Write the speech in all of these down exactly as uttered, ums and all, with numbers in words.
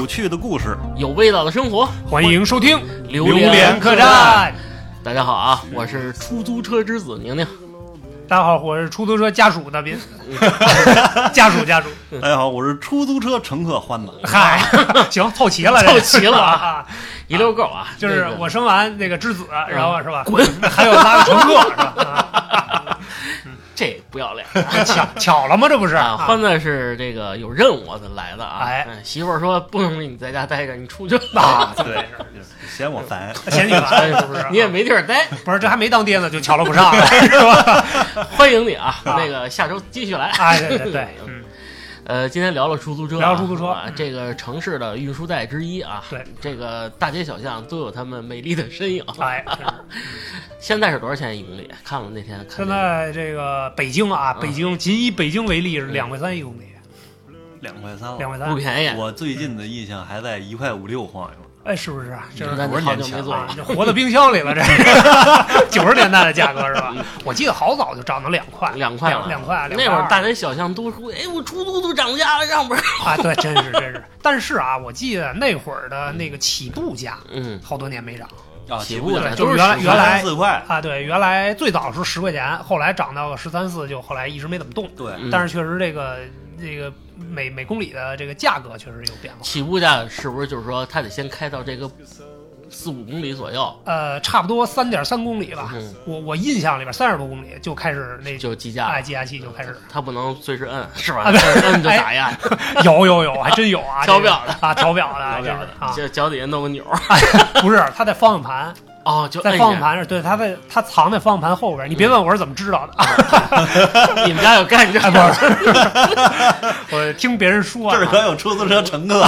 有趣的故事， 有味道的生活， 欢迎收听榴莲客栈。 大家好啊，我是出租车之子宁宁。 大家好，我是出租车家属的斌，家属家属。 大家好，我是出租车乘客欢子。 嗨，行，凑齐了， 凑齐了啊，一溜够啊！ 就是我生完那个之子， 嗯、 然后是吧？ 滚， 还有拉个乘客是吧？ 这不要脸， 巧巧了吗？这不是啊？欢子是这个有任务的来的啊！ 哎， 媳妇儿说不能你在家待着，你出去啊！ 对，嫌我烦， 嫌你烦是不是？ 你也没地儿待， 不是？这还没当爹呢，就瞧了不上了，是吧？ 欢迎你啊！那个下周继续来。 哎，对对对，嗯。 呃，今天聊聊出租车、啊， 聊出租车啊，这个城市的运输带之一啊， 对， 这个大街小巷都有他们美丽的身影。 哎， 现在是多少钱一公里？看了那天看、 这个。现在这个北京啊，北京仅以北京为例是两块三一公里， 两块三了， 两块三不便宜。 我最近的印象还在一块五六晃悠。 哎，是不是啊？这是多少年前没做啊，这活在冰箱里了，这九十年代的价格是吧？我记得好早就涨到两块， 两块两两块。 那会儿大街小巷都说：“哎，我出租都涨价了，让不让？” 啊，对，真是真是。但是啊，我记得那会儿的那个起步价， 嗯， 好多年没涨。 啊， 起步对，就是原来原来四块啊，对，原来最早是十块钱，后来涨到十三四，就后来一直没怎么动。 对， 但是确实这个这个每每公里的这个价格确实有变化。 起步价是不是就是说它得先开到这个四五公里左右？ 呃，差不多三点三公里吧。 嗯、 我我印象里边三十多公里就开始那就计价， 哎，计价器就开始。 它不能随时摁，是吧？ 啊、 摁就打压。 哎、有有有，还真有啊！ 调表的啊，调表的， 调表的啊， 脚脚底下弄个钮。 哎、不是，它在方向盘。 哦，就在方向盘上，对，它在它藏在方向盘后边。你别问我是怎么知道的， 嗯、你们家有干这？ 哎、不是，我听别人说、啊， 这儿可有出租车乘客。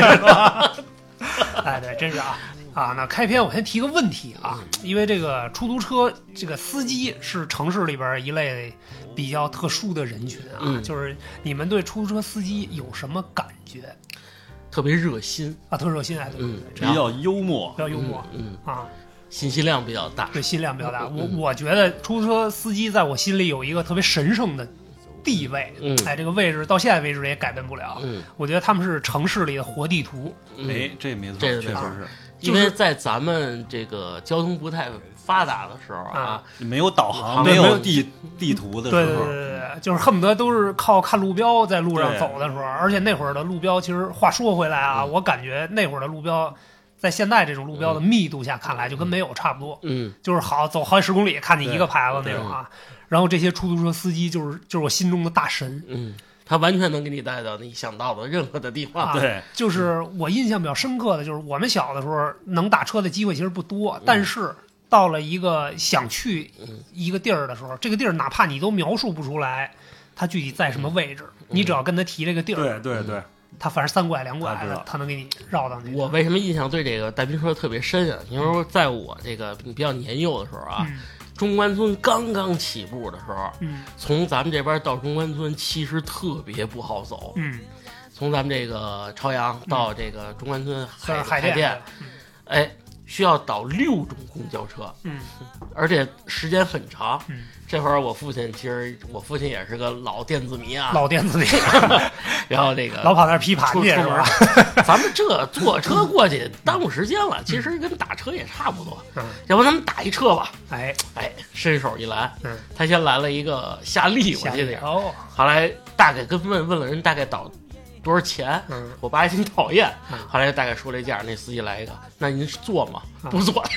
哎，对，真是啊啊！那开篇我先提个问题啊，因为这个出租车这个司机是城市里边一类比较特殊的人群啊， 嗯、 就是你们对出租车司机有什么感觉？ 特别热心啊，特热心，哎，对， 嗯， 比较幽默， 比较幽默， 嗯, 嗯啊。 信息量比较大， 对，信息量比较大。 嗯、 我我觉得出租车司机在我心里有一个特别神圣的地位， 嗯， 哎，这个位置到现在为止也改变不了。 嗯， 我觉得他们是城市里的活地图。 嗯、 哎，这没错， 这确实是。 因为在咱们这个交通不太发达的时候啊， 嗯、没有导航、没有地地图的时候， 对对对对，就是恨不得都是靠看路标在路上走的时候。而且那会儿的路标，其实话说回来啊， 嗯、 我感觉那会儿的路标。在现在这种路标的密度下看来，就跟没有差不多。 嗯， 就是好走好几十公里看见一个牌子那种啊。然后这些出租车司机就是就是我心中的大神。 嗯，他完全能给你带到你想到的任何的地方。 啊、 对， 就是我印象比较深刻的就是我们小的时候能打车的机会其实不多，嗯、但是到了一个想去一个地儿的时候，嗯、这个地儿哪怕你都描述不出来，它具体在什么位置，嗯、你只要跟他提这个地儿。 对对对。 他反正三拐两拐的，他能给你绕到那。 我为什么印象对这个带兵车特别深啊？因为在我这个比较年幼的时候啊， 嗯、 中关村刚刚起步的时候， 嗯， 从咱们这边到中关村其实特别不好走。 嗯， 从咱们这个朝阳到这个中关村海、 嗯、海淀，店嗯、 哎，需要倒六种公交车， 嗯， 而且时间很长。 嗯， 这会儿我父亲其实我父亲也是个老电子迷啊， 老电子迷。 然后这个老跑那儿批盘去是吧？ 咱们这坐车过去耽误时间了，其实跟打车也差不多。 嗯， 要不咱们打一车吧？ 哎哎，伸手一拦， 嗯， 他先来了一个夏利，我记得。 哦， 后来大概跟问问了人大概倒多少钱？ 嗯， 我爸还挺讨厌。 嗯、 后来大概说了一价，那司机来一个，那您坐吗？ 嗯、 不坐。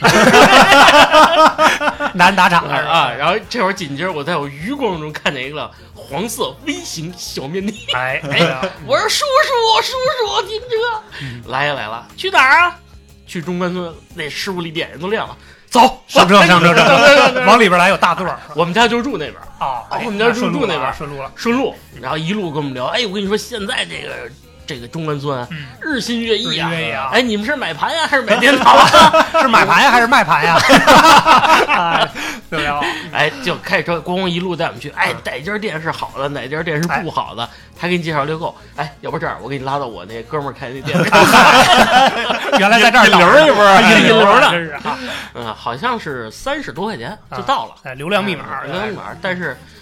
难打场啊！然后这会儿紧接着我在我余光中看见一个黄色微型小面的， 哎哎， 我说叔叔叔叔停车， 嗯、 来呀来了，去哪儿啊？去中关村，那师傅里点人都亮了，走上车上车上车，往里边来有大座， 我们家就住那边啊， 我们家就住那边， 顺路了顺路，然后一路跟我们聊，哎，我跟你说现在这个。这个中关村、 嗯、 日新月异啊！ 啊哎，你们是买盘呀，还是买电脑啊？ 是买盘呀，还是卖盘呀？哎，对不对？ 哎，就开车咣咣一路带我们去。哎，哪家店是好的，哪家店是不好的，他给你介绍溜够。哎，要不这样，我给你拉到我那哥们儿开那店。 原来在这儿引流一波，引流的， 真是啊！ 嗯，好像是三十多块钱就到了。 哎，流量密码， 流量密码，但是。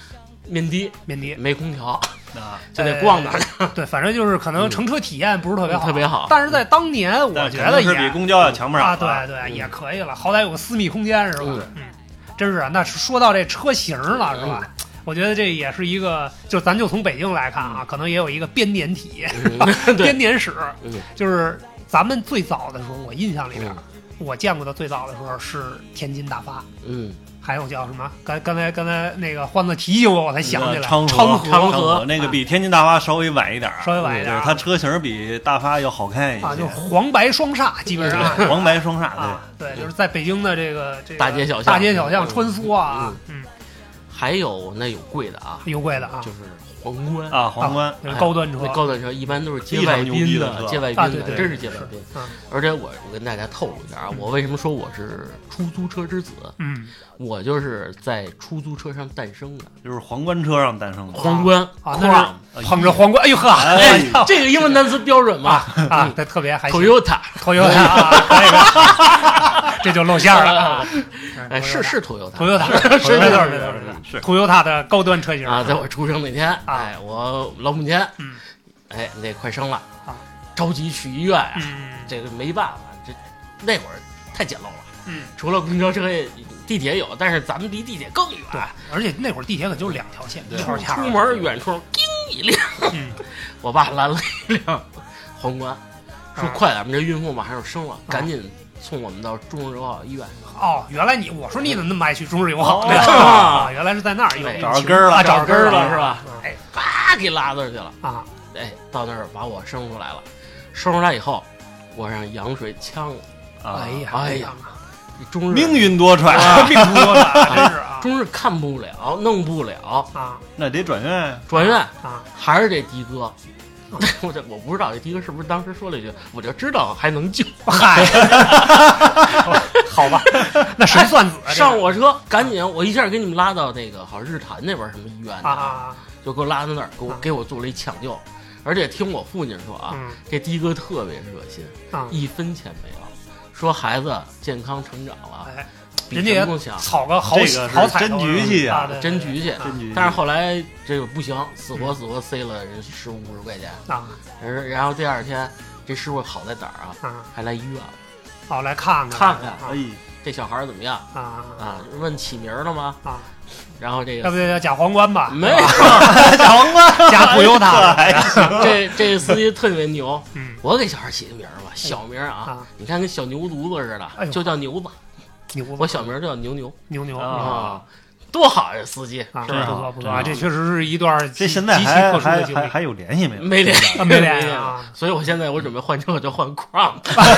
面的， 面的没空调。 啊， 就得逛那儿、 呃。对，反正就是可能乘车体验不是特别好， 嗯、特别好。 但是在当年，我觉得也比公交要强不少啊。对对、嗯，也可以了，好歹有个私密空间是吧？嗯，嗯真是啊。那说到这车型了是吧？嗯、我觉得这也是一个，就咱就从北京来看啊，嗯、可能也有一个编年体、嗯、编年史、嗯，就是咱们最早的时候，我印象里边，嗯、我见过的最早的时候是天津大发， 嗯。 还有叫什么？刚刚才刚才那个欢子提醒我，我才想起来。 昌河， 昌河那个比天津大发稍微晚一点， 稍微晚一点。 它车型比大发要好看一些， 啊，就黄白双煞，基本上黄白双煞。 啊，对，就是在北京的这个这个大街小巷、 大街小巷穿梭啊。 嗯，还有那有贵的啊， 有贵的啊， 就是皇冠啊，皇冠高端车， 高端车一般都是接外宾的，接外宾的，真是接外宾。而且我我跟大家透露一下啊，我为什么说我是出租车之子？ 嗯。 我就是在出租车上诞生的， 就是皇冠车上诞生的。 皇冠啊，那是捧着皇冠，哎呦呵， 哎，这个英文单词标准嘛啊，这特别还 Toyota，Toyota 啊，可以，这就露馅了。 哎，是是 Toyota，Toyota，是没错没错是 Toyota 的高端车型啊。在我出生那天，哎，我老母亲，嗯，哎，那快生了啊，着急去医院呀，这个没办法，这那会儿太简陋了， 嗯， 除了公交车也。地铁有，但是咱们离地铁更远， 而且那会儿地铁可就两条线，一条线。 出门远处叮一辆，嗯、我爸拦了一辆皇冠，说快点，我们这孕妇马上要生了，啊、赶紧送我们到中日友好医院。 哦，原来你我说你怎么那么爱去中日友好呢？啊，原来是在那儿有找着根儿了， 找着根儿了是吧？ 哎， 叭给拉那儿去了啊！ 哎，到那儿把我生出来了，生出来以后，我让羊水呛了。 哎呀， 哎呀！中日命运多舛， 命运多舛，真是啊！ 中日看不了，弄不了啊， 那得转院， 转院啊， 还是这的哥。我这我不知道这的哥是不是当时说了一句，我就知道还能救。 嗨，好吧，那神算子上我车，赶紧，我一下给你们拉到那个好日坛那边什么医院啊， 就给我拉到那儿，给我给我做了一抢救，而且听我父亲说啊，这的哥特别热心，一分钱没有。说孩子健康成长了， 哎、人家也草个好这个好彩真局气啊， 真局气， 真局气。 但是后来这个不行，死活死活塞了人十五十块钱啊。 然后第二天这师傅好在哪儿啊？ 啊还来医院了， 哦，来看看看， 哎， 这小孩怎么样啊？ 啊，问起名了吗？ 啊。 然后这个要不要假皇冠吧？ 没有假皇冠， 假不由他。 这这司机特别牛， 嗯， 我给小孩起个名吧，小名啊，你看跟小牛犊子似的，就叫牛子。 牛子， 我小名叫牛牛牛牛啊，多好呀，司机啊，不错不错啊，这确实是一段这现在还还还还有联系没有？ 没联系， 没联系啊。 所以我现在我准备换车，就换 Crown。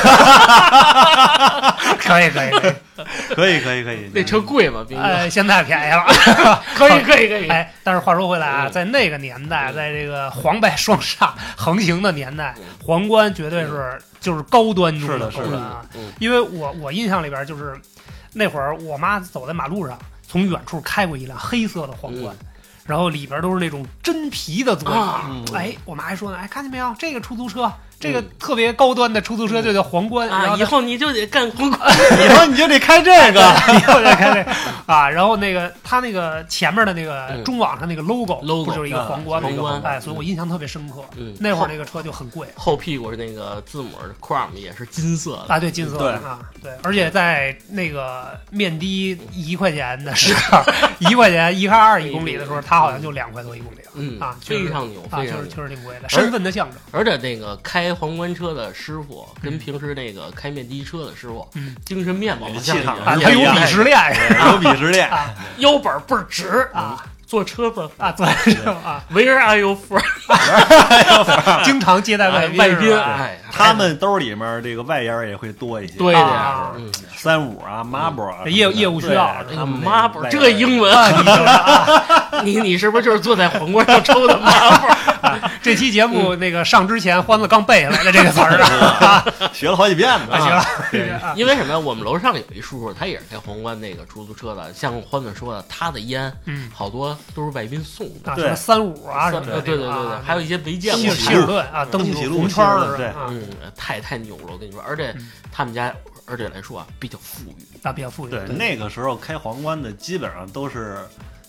可以可以可以。 可以可以可以， 那车贵吗？ 呃，现在便宜了， 可以可以可以。 哎，但是话说回来啊，在那个年代，在这个黄白双煞横行的年代，皇冠绝对是就是高端中的高端啊。因为我我印象里边就是那会儿我妈走在马路上，从远处开过一辆黑色的皇冠。然后里边都是那种真皮的座椅， 啊嗯、哎，我妈还说呢，哎，看见没有，这个出租车，这个特别高端的出租车就叫皇冠， 嗯、啊，以后你就得干皇冠， 以后你就得开这个， 以后得开这个啊。然后那个他那个前面的那个中网上那个 logo，logo、嗯、不就是一个皇冠吗？ 皇冠， 哎，所以我印象特别深刻。 嗯， 那会儿那个车就很贵， 后屁股是那个字母 Crown 也是金色的啊，对，金色的啊，对，而且在那个面的一块钱的时候，一块钱一块二一公里的时候，它好像就两块多一公里了。 嗯啊， 非常牛，非常牛，确实挺贵的，身份的象征。 而且那个开皇冠车的师傅跟平时那个开面的车的师傅， 嗯， 精神面貌气场， 他有鄙视链， 有鄙视链， 腰板倍儿直啊。 坐车子啊，坐车啊 ，Where are you from？ 经常接待外宾， 外宾，哎， 他们兜里面这个外烟也会多一些， 多一点， 嗯， 三五啊 ，Marlboro 啊， 业业务需要， 这个 Marlboro 这个英文啊，你你是不是就是坐在皇冠上抽的 Marlboro？ 这期节目那个上之前，欢子刚背下来的这个词儿啊， 学了好几遍呢， 学了。 因为什么呀？我们楼上有一叔叔，他也是开皇冠那个出租车的，像欢子说的，他的烟， 嗯， 好多都是外宾送的， 什么三五啊什么的， 对对对对，还有一些没见过的希尔顿啊，登喜路红圈的，对， 嗯，太太牛了，我跟你说，而且他们家，而且来说啊，比较富裕啊，比较富裕。 对，那个时候开皇冠的基本上都是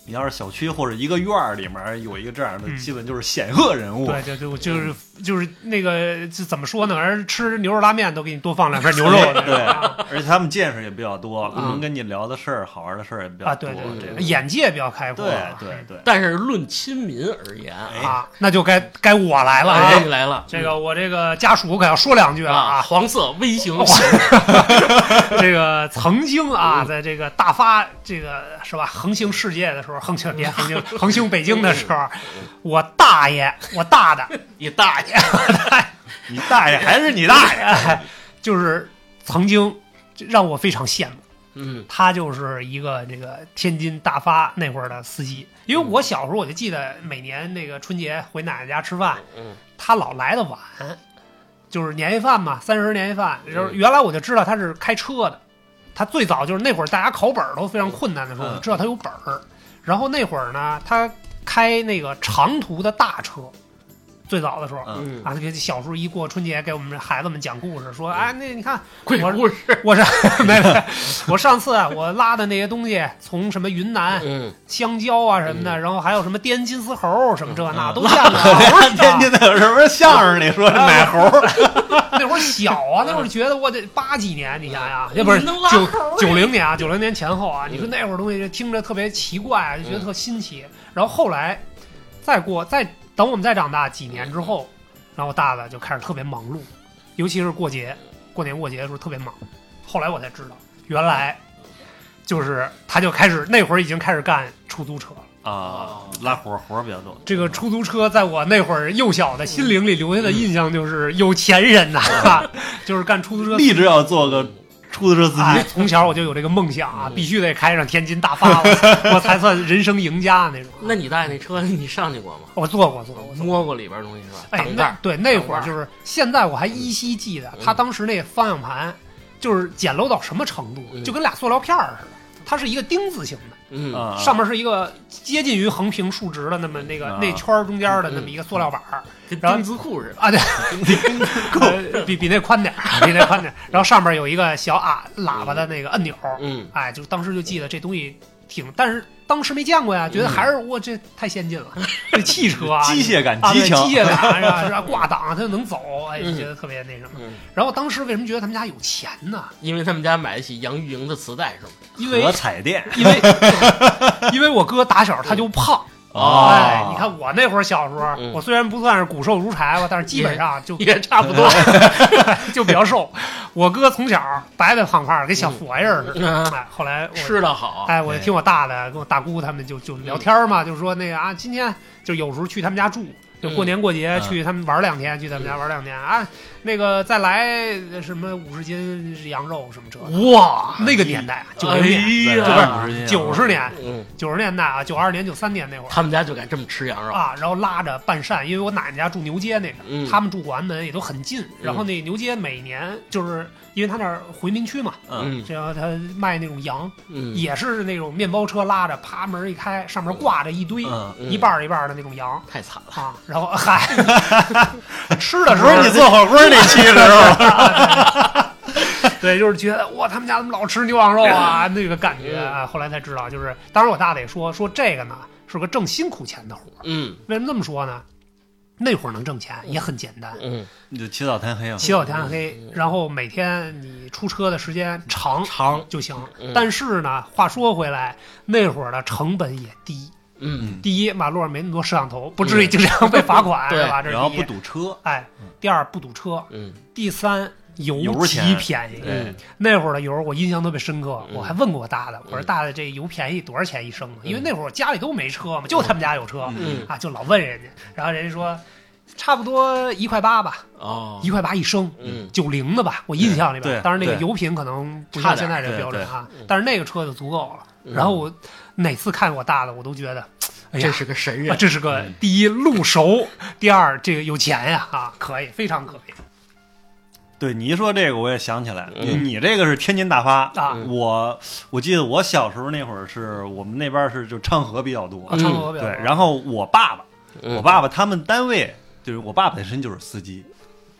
你要是小区或者一个院儿里面有一个这样的，嗯、基本就是显赫人物。 对对对，就是就是那个这怎么说呢？而吃牛肉拉面都给你多放两片牛肉。 对，而且他们见识也比较多，嗯、能跟你聊的事儿、好玩的事儿也比较多。 啊，对对对，这个、眼界比较开阔。 对对对。 但是论亲民而言啊，那就该该我来了啊！ 哎、来了， 这个我这个家属可要说两句了啊！ 黄色微型， 这个曾经啊，在这个大发这个是吧，横行世界的时候，横行别横行。横行北京的时候，我大爷，我大的， 你大爷， 你大爷还是你大爷， 就是曾经让我非常羡慕。 嗯， 他就是一个这个天津大发那会儿的司机，因为我小时候我就记得每年那个春节回奶奶家吃饭， 嗯， 他老来的晚，就是年夜饭嘛，三十年夜饭，就是原来我就知道他是开车的，他最早就是那会儿大家考本都非常困难的时候，我就知道他有本儿。然后那会儿呢，他开那个长途的大车，最早的时候， 嗯啊，给小时候一过春节，给我们孩子们讲故事，说，哎，那你看， 鬼故事， 我是没没，我上次啊，我拉的那些东西，从什么云南， 嗯， 香蕉啊什么的， 嗯、 然后还有什么滇金丝猴什么这那、嗯、都见过。 天津那有什么相声里说奶猴？ 那会儿小啊，那会儿觉得我得八几年，你想想，也不是九九零年啊，九零年前后啊，你说那会儿东西听着特别奇怪，就觉得特新奇。然后后来再过再等我们再长大几年之后，然后大的就开始特别忙碌，尤其是过节、过年过节的时候特别忙。后来我才知道，原来就是他就开始那会儿已经开始干出租车了。 啊，拉活活比较多。 这个出租车在我那会儿幼小的心灵里留下的印象就是有钱人呐、啊，就是干出租车， 立志要做个出租车司机。 哎、从小我就有这个梦想啊，必须得开上天津大发，我, 我才算人生赢家那种。 那你带那车你上去过吗？ 我坐过，坐过，我摸过里边东西是吧？ 哎，那对那会儿就是，现在我还依稀记得，他当时那方向盘就是简陋到什么程度， 嗯、 就跟俩塑料片儿似的，它是一个丁字形的。 嗯， 上面是一个接近于横平竖直的那么那个、啊、那圈中间的那么一个塑料板儿， 跟丁字裤似的啊，对，丁字裤比比那宽点儿，比那宽点儿。然后上面有一个小啊喇叭的那个按钮， 嗯， 哎，就当时就记得这东西挺，但是当时没见过呀，觉得还是我这太先进了，这汽车啊， 机械感极强， 机械感是吧？是吧？挂档它就能走，哎，觉得特别那什么。然后当时为什么觉得他们家有钱呢？ 因为他们家买得起杨钰莹的磁带，是吗？ 因为彩电， 因为因为我哥打小他就胖。 哦， 哎，你看我那会儿小时候， 嗯、 我虽然不算是骨瘦如柴吧，但是基本上就也差不多， 就比较瘦。我哥从小白白胖胖，跟小佛爷似的。 嗯、 哎，后来我吃得好， 哎，我就听我大的跟我大姑他们就就聊天嘛，就说那个啊，今天就有时候去他们家住。就过年过节去他们玩两天，嗯、去他们家玩两天啊，那个再来什么五十斤羊肉什么这， 哇， 那个年代啊，九十年， 就不是九十年， 嗯， 九十年代啊，九二年、九三年那会儿， 他们家就敢这么吃羊肉啊，然后拉着半扇，因为我奶奶家住牛街那个， 嗯、 他们住广安门也都很近，然后那牛街每年就是因为他那儿回民区嘛， 嗯， 然后他卖那种羊， 嗯， 也是那种面包车拉着，啪门一开，上面挂着一堆、 嗯、 一半一半的那种羊， 太惨了啊，然后嗨。吃的时候你做火锅那期的时候， 对，就是觉得哇，他们家怎么老吃牛羊肉啊？那个感觉啊，后来才知道，就是当时我大爷说说这个呢是个挣辛苦钱的活。 嗯， 为什么这么说呢？那会儿能挣钱也很简单， 嗯， 你就起早贪黑啊， 起早贪黑，然后每天你出车的时间长长就行。 嗯、 但是呢，话说回来，那会儿的成本也低。 嗯， 第一，马路上没那么多摄像头，不至于经常被罚款， 嗯、 是吧？这然后不堵车， 哎，第二不堵车， 嗯， 第三油极便宜。 嗯， 那会儿的油我印象特别深刻， 嗯、 我还问过我大的，我说大的这油便宜多少钱一升呢？嗯、因为那会儿家里都没车嘛，就他们家有车， 嗯啊，就老问人家，然后人家说差不多一块八吧， 哦， 一块八一升， 嗯， 九零的吧，我印象里边，当然那个油品可能不像现在这个标准啊，但是那个车就足够了。 嗯、 然后我哪次看我大的，我都觉得。哎、 这是个神人、 啊，这是个、嗯、第一路熟，第二这个有钱呀啊，可以，非常可以。 对你一说这个，我也想起来， 嗯、 你这个是天津大发啊。 我我记得我小时候那会儿是我们那边是就昌河比较多， 啊、昌河比较多。 对，然后我爸爸， 嗯、 我爸爸他们单位就是我爸爸本身就是司机，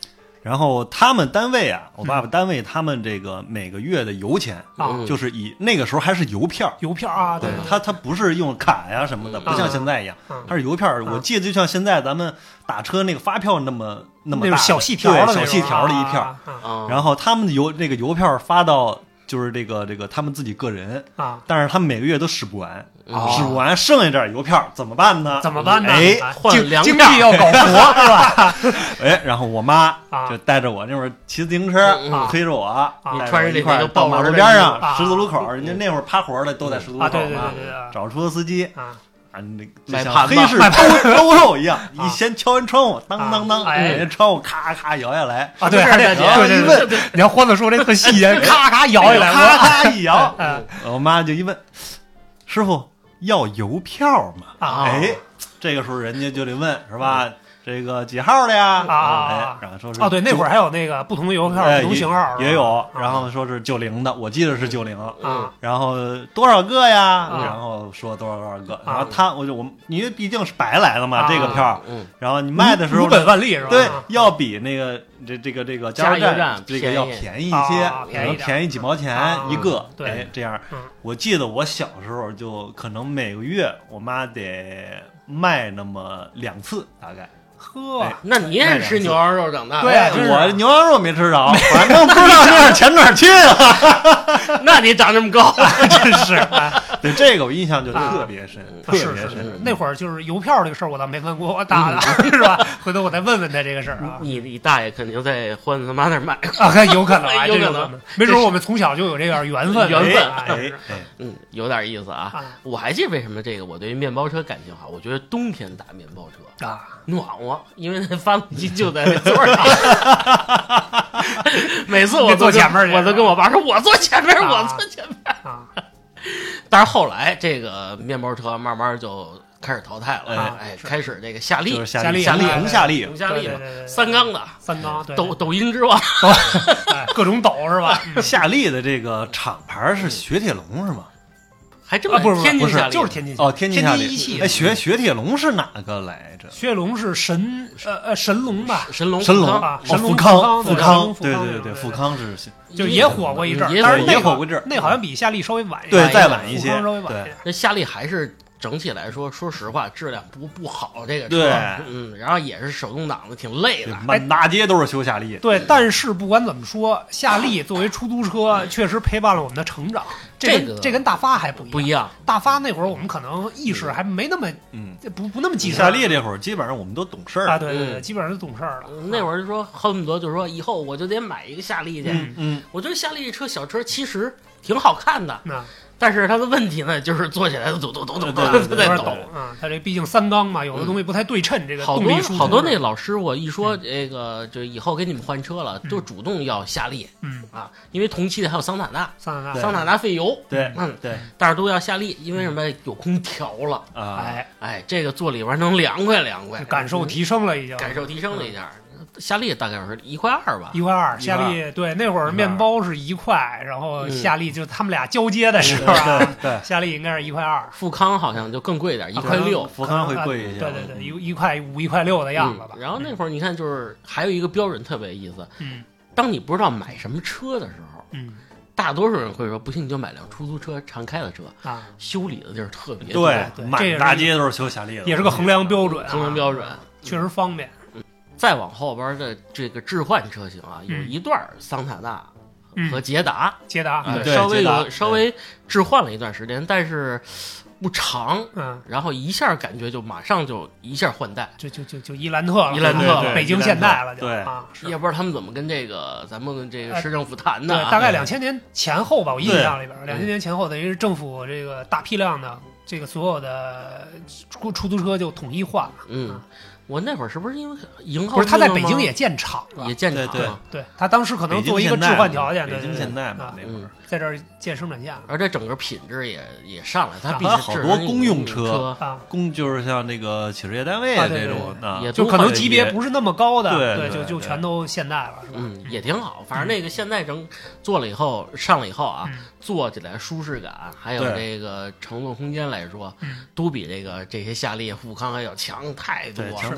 然后他们单位啊，我爸爸单位他们这个每个月的油钱啊， 就是以那个时候还是邮票， 邮票啊， 对，他他不是用卡呀什么的，不像现在一样，它是邮票。我记得就像现在咱们打车那个发票那么那么大小细条的小细条的一票，然后他们的邮那个邮票发到。就是这个这个他们自己个人啊， 但是他们每个月都使不完，使不完剩下点邮票怎么办呢？ 怎么办呢？ 哎， 换粮经济要搞活是吧？ 哎，然后我妈就带着我那会儿骑自行车，推着我， 穿着一块到马路边上十字路口，人家那会儿趴活的都在十字路口嘛，找出租车司机啊，那像黑市兜售一样，你先敲完窗户，当当当，人家窗户咔咔摇下来啊，对，对对一问，你要欢子说这特细节，咔咔摇下来， 咔咔一摇，我妈就一问，师傅要邮票嘛？哎，这个时候人家就得问是吧？这个几号的呀？ 啊， 哎，然后说是哦，对，那会儿还有那个不同的邮票，不同型号也有，然后说是九零的，我记得是九零啊，然后多少个呀？然后说多少多少个，然后他我就我因为毕竟是白来的嘛，这个票，然后你卖的时候无本万利是吧？ 对，要比那个这这个这个加油站这个要便宜一些， 便宜便宜几毛钱一个， 对， 这样。我记得我小时候就可能每个月我妈得卖那么两次，大概。 呵， 那你也是吃牛羊肉长大的？ 对啊， 我牛羊肉没吃着，反正不知道那钱哪儿去啊。 那你长这么高， 真是。 对这个我印象就特别深，特别深。那会儿就是邮票这个事儿，我倒没问过我大的，是吧？回头我再问问他这个事儿啊。 你你大爷肯定在欢子他妈那儿买啊，有可能， 有可能， 没准我们从小就有这点缘分， 缘分。 哎， 嗯，有点意思啊。我还记得为什么这个我对于面包车感情好，我觉得冬天打面包车啊暖和，因为那发动机就在那座上。每次我坐前面， 我都跟我爸说：“我坐前面，我坐前面。”啊。但是后来这个面包车慢慢就开始淘汰了，哎，开始这个夏利， 夏利， 夏利， 红夏利， 红夏利嘛，三缸的， 三缸， 抖抖音之王， 各种抖是吧？ 夏利的这个厂牌是雪铁龙是吗？ 还真不是天津夏利， 就是天津哦，天津夏利一汽。 哎，雪雪铁龙是哪个来着？ 雪铁龙是神呃呃神龙吧？ 神龙神龙啊，神龙富康富康，对对对，富康是就也火过一阵儿， 但是也火过一阵儿， 那好像比夏利稍微晚一点，对，再晚一些， 富康稍微晚一点。 那夏利还是。整体来说，说实话，质量不不好，这个车， 对， 嗯，然后也是手动挡的，挺累的， 满大街都是修夏利。 对，但是不管怎么说，夏利作为出租车，确实陪伴了我们的成长。这个这跟大发还不一样， 不一样。 大发那会儿我们可能意识还没那么，嗯，不不那么记事。 夏利这会儿基本上我们都懂事儿啊，对对对，基本上都懂事儿了。 那会儿就说恨不得就是说以后我就得买一个夏利去。 嗯， 我觉得夏利这车小车其实挺好看的。但是它的问题呢，就是坐起来抖抖抖抖抖抖在抖啊！它这毕竟三缸嘛，有的东西不太对称，这个好多好多那老师，我一说这个，就以后给你们换车了，都主动要夏利， 嗯啊，因为同期的还有桑塔纳， 桑塔纳， 桑塔纳费油， 对， 嗯对， 但是都要夏利，因为什么？有空调了啊！ 哎哎，这个坐里边能凉快凉快， 感受提升了已经， 感受提升了一下。夏利大概是一块二吧， 一块二。夏利对那会儿面包是一块，然后夏利就他们俩交接的时候啊， 对， 夏利应该是一块二。 富康好像就更贵点，一块六。 富康会贵一些， 对对对，一一块五、一块六的样子吧。 然后那会儿你看，就是还有一个标准特别有意思， 嗯， 当你不知道买什么车的时候， 嗯， 大多数人会说，不信你就买辆出租车，常开的车啊， 修理的地儿特别多， 对， 满大街都是修夏利的， 也是个衡量标准， 衡量标准确实方便。 再往后边的这个置换车型啊，有一段桑塔纳和捷达， 捷达稍微有稍微置换了一段时间，但是不长， 嗯， 然后一下感觉就马上就一下换代， 就就就就伊兰特了， 伊兰特了， 北京现代了， 对啊， 也不知道他们怎么跟这个咱们这个市政府谈的， 对，大概两千年前后吧，我印象里边，两千年前后等于是政府这个大批量的这个所有的出出租车就统一换了， 嗯。我那会儿是不是因为营号不是他在北京也建厂， 也建厂， 对对，他当时可能作为一个置换条件， 北京现代嘛，那会儿在这儿建生产线， 而且整个品质也也上来，它毕竟好多公用车啊， 公就是像这个企事业单位这种的， 也就可能级别不是那么高的， 对， 就就全都现代了，是吧？ 嗯，也挺好。反正那个现在整做了以后，上了以后啊，坐起来舒适感，还有这个乘坐空间来说，都比这个这些夏利、富康还要强太多， 强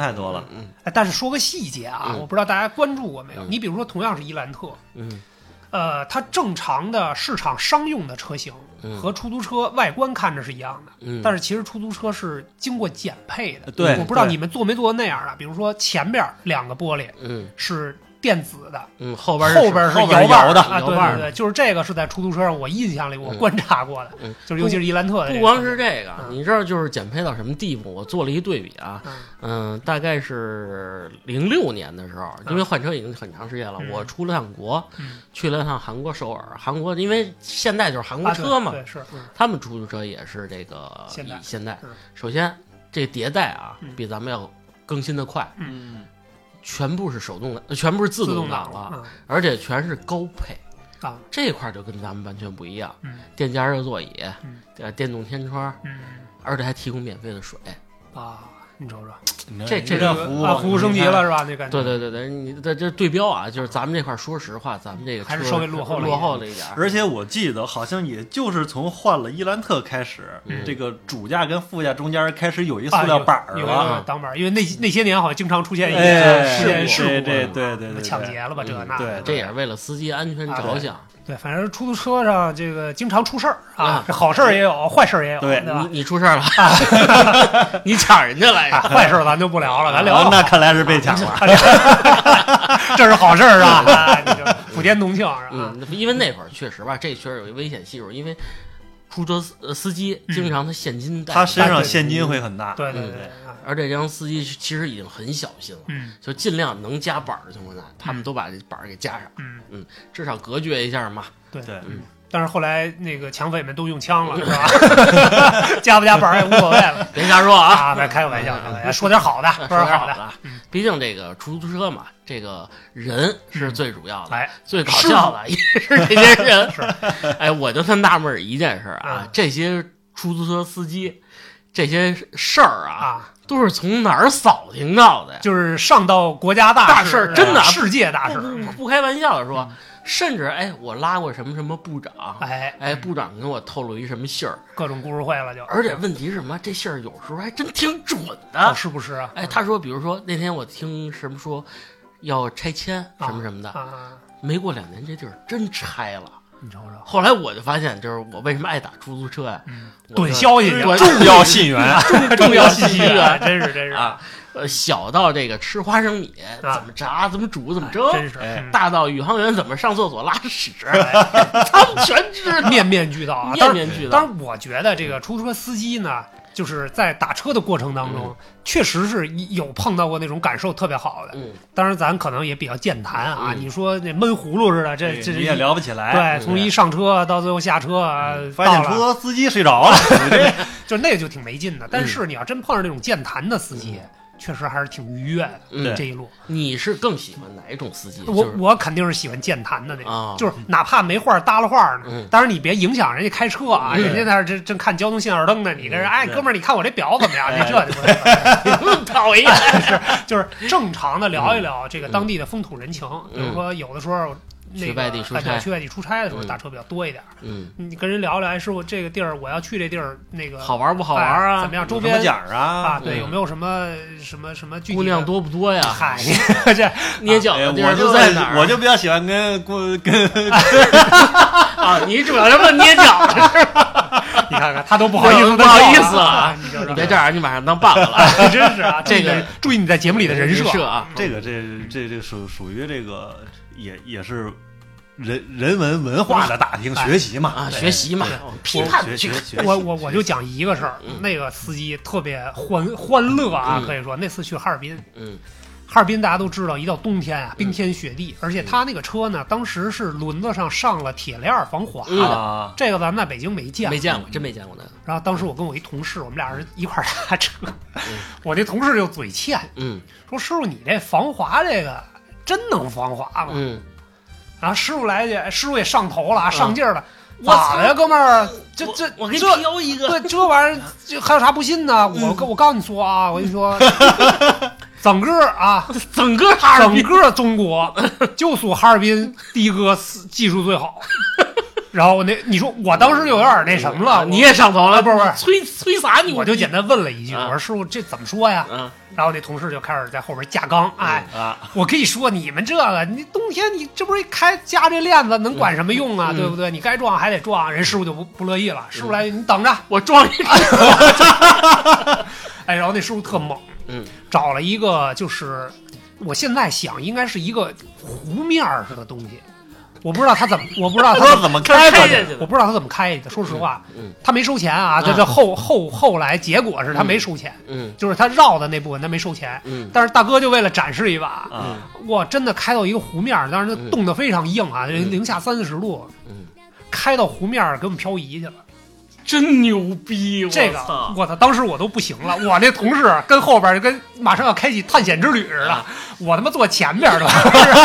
太多了。 嗯， 哎，但是说个细节啊， 嗯、 我不知道大家关注过没有？ 嗯、 你比如说，同样是伊兰特， 嗯， 呃，它正常的市场商用的车型和出租车外观看着是一样的， 嗯， 但是其实出租车是经过减配的。 对， 我不知道你们做没做过那样的，比如说前边两个玻璃， 嗯， 是电子的， 嗯，后边后边是摇把的啊，对对对，就是这个是在出租车上我印象里我观察过的， 嗯， 就是尤其是伊兰特的。 不光是这个，你知道就是减配到什么地步？我做了一对比啊，嗯，大概是零六年的时候，因为换车已经很长时间了，我出了趟国，去了趟韩国首尔，韩国因为现代就是韩国车嘛， 对是， 他们出租车也是这个现代， 现代，首先这迭代啊比咱们要更新的快， 嗯。 全部是手动的，全部是自动挡了， 嗯、 而且全是高配啊， 这块就跟咱们完全不一样。 嗯， 电加热座椅， 嗯， 呃，电动天窗， 嗯， 而且还提供免费的水啊，你瞅瞅， 这这个服务啊，服务升级了是吧？那感觉。 对对对对，你这这对标啊，就是咱们这块，说实话，咱们这个还是稍微落后落后了一点。 而且我记得好像也就是从换了伊兰特开始， 嗯、 这个主驾跟副驾中间开始有一塑料板了， 有有挡板，因为那那些年好像经常出现一些事件事故， 对对对对对， 抢劫了吧？这那对， 这也是为了司机安全着想。 对，反正出租车上这个经常出事儿啊，这好事儿也有，坏事儿也有， 对吧？ 你你出事儿了，你抢人家来着， 坏事儿咱就不聊了，咱聊。 那看来是被抢了， 这是好事儿啊！你就普天同庆是吧？ 嗯，因为那会儿确实吧，这确实有一危险系数，因为出租车司机经常他现金带， 他身上现金会很大， 对对对。 而这帮司机其实已经很小心了， 嗯， 就尽量能加板的情况下，他们都把这板给加上， 嗯嗯，至少隔绝一下嘛。 对对， 嗯。 但是后来那个抢匪们都用枪了，是吧？加不加板也无所谓了。 别瞎说啊！ 啊，别开个玩笑，说点好的，说点好的。毕竟这个出租车嘛，这个人是最主要的， 哎， 最搞笑的也是这些人。 是， 哎，我就特纳闷一件事啊，这些出租车司机这些事儿啊。都是从哪儿扫听到的呀？ 就是上到国家大大事，真的世界大事， 不不开玩笑的说，甚至哎，我拉过什么什么部长， 哎哎，部长跟我透露一什么信儿， 各种故事会了就。 而且问题是什么？这信儿有时候还真挺准的， 是不是啊？ 哎，他说，比如说那天我听什么说要拆迁什么什么的，没过两年这地儿真拆了。 你瞅瞅， 后来我就发现，就是我为什么爱打出租车呀？ 短消息， 重要信源， 重要信息源，真是真是啊！呃，小到这个吃花生米怎么炸、怎么煮、怎么蒸， 真是； 大到宇航员怎么上厕所拉屎，他们全知道， 面面俱到啊！ 面面俱到。 当然，我觉得这个出租车司机呢，就是在打车的过程当中， 嗯、 确实是有碰到过那种感受特别好的。 嗯， 当然咱可能也比较健谈啊。 嗯、 你说那闷葫芦似的，这这你也聊不起来。 对，从一上车到最后下车， 嗯、发现出租车司机睡着了， 就那个就挺没劲的。但是你要真碰上那种健谈的司机。 嗯确实还是挺愉悦的， 嗯、 这一路。 你是更喜欢哪一种司机？ 我、 就是、 我肯定是喜欢健谈的那种， 哦、 就是哪怕没话搭了话呢， 嗯、 当然你别影响人家开车啊， 嗯、 人家在那正正看交通信号灯呢，你跟人哎，哥们儿，你看我这表怎么样？你这就不是讨厌， 是就是正常的聊一聊这个当地的风土人情，比如说有的时候。 去外地出差， 去外地出差的时候打车比较多一点。 嗯， 你跟人聊聊，哎，师傅，这个地儿我要去这地儿，那个好玩不好玩啊？ 怎么样？周边奖啊？ 啊，对，有没有什么什么什么具体？ 姑娘多不多呀？ 嗨，这捏脚的地儿就在哪儿？ 我就比较喜欢跟跟跟啊，你主要是问捏脚的事儿。 你看看他都不好意思， 不好意思了， 你别这样，你马上当爸爸了， 真是啊！ 这个注意你在节目里的人设啊， 这个这这这属属于这个也也是。人人文文化的打听学习嘛啊，学习嘛，批判学学。 我我我就讲一个事儿，那个司机特别欢欢乐啊，可以说那次去哈尔滨， 嗯， 哈尔滨大家都知道，一到冬天啊，冰天雪地，而且他那个车呢，当时是轮子上上了铁链防滑的，这个咱们在北京没见， 没见过，真没见过的。 然后当时我跟我一同事，我们俩人一块儿打车，我那同事就嘴欠， 嗯， 说师傅你这防滑这个真能防滑吗？ 嗯。 然后师傅来去，师傅也上头了，上劲儿了。咋的呀，哥们儿？这这我给你标一个。 对，这玩意儿这还有啥不信呢？我我告诉你说啊，我跟你说，整个啊， 整个哈尔滨， 整个中国就属哈尔滨的哥技术最好。 然后那你说我当时就有点那什么了， 你也上头了， 不是不是催催啥你？ 我就简单问了一句，我说师傅这怎么说呀？ 嗯， 然后那同事就开始在后边架杠，哎啊，我跟你说你们这个，你冬天你这不是开加这链子能管什么用啊？对不对？你该撞还得撞，人师傅就不不乐意了，师傅来你等着， 我撞一个。 哎，然后那师傅特猛， 嗯， 找了一个就是我现在想应该是一个湖面似的东西。我不知道他怎么，我不知道他怎么开下去的， 我不知道他怎么开的。说实话， 嗯， 他没收钱啊。这这后后后来结果是他没收钱， 嗯， 就是他绕的那部分他没收钱， 嗯。 但是大哥就为了展示一把， 嗯， 哇，真的开到一个湖面，当时冻得非常硬啊，零下三四十度， 嗯， 开到湖面给我们漂移去了。 真牛逼！ 这个我操，当时我都不行了，我那同事跟后边跟马上要开启探险之旅似的，啊、我他妈坐前边的，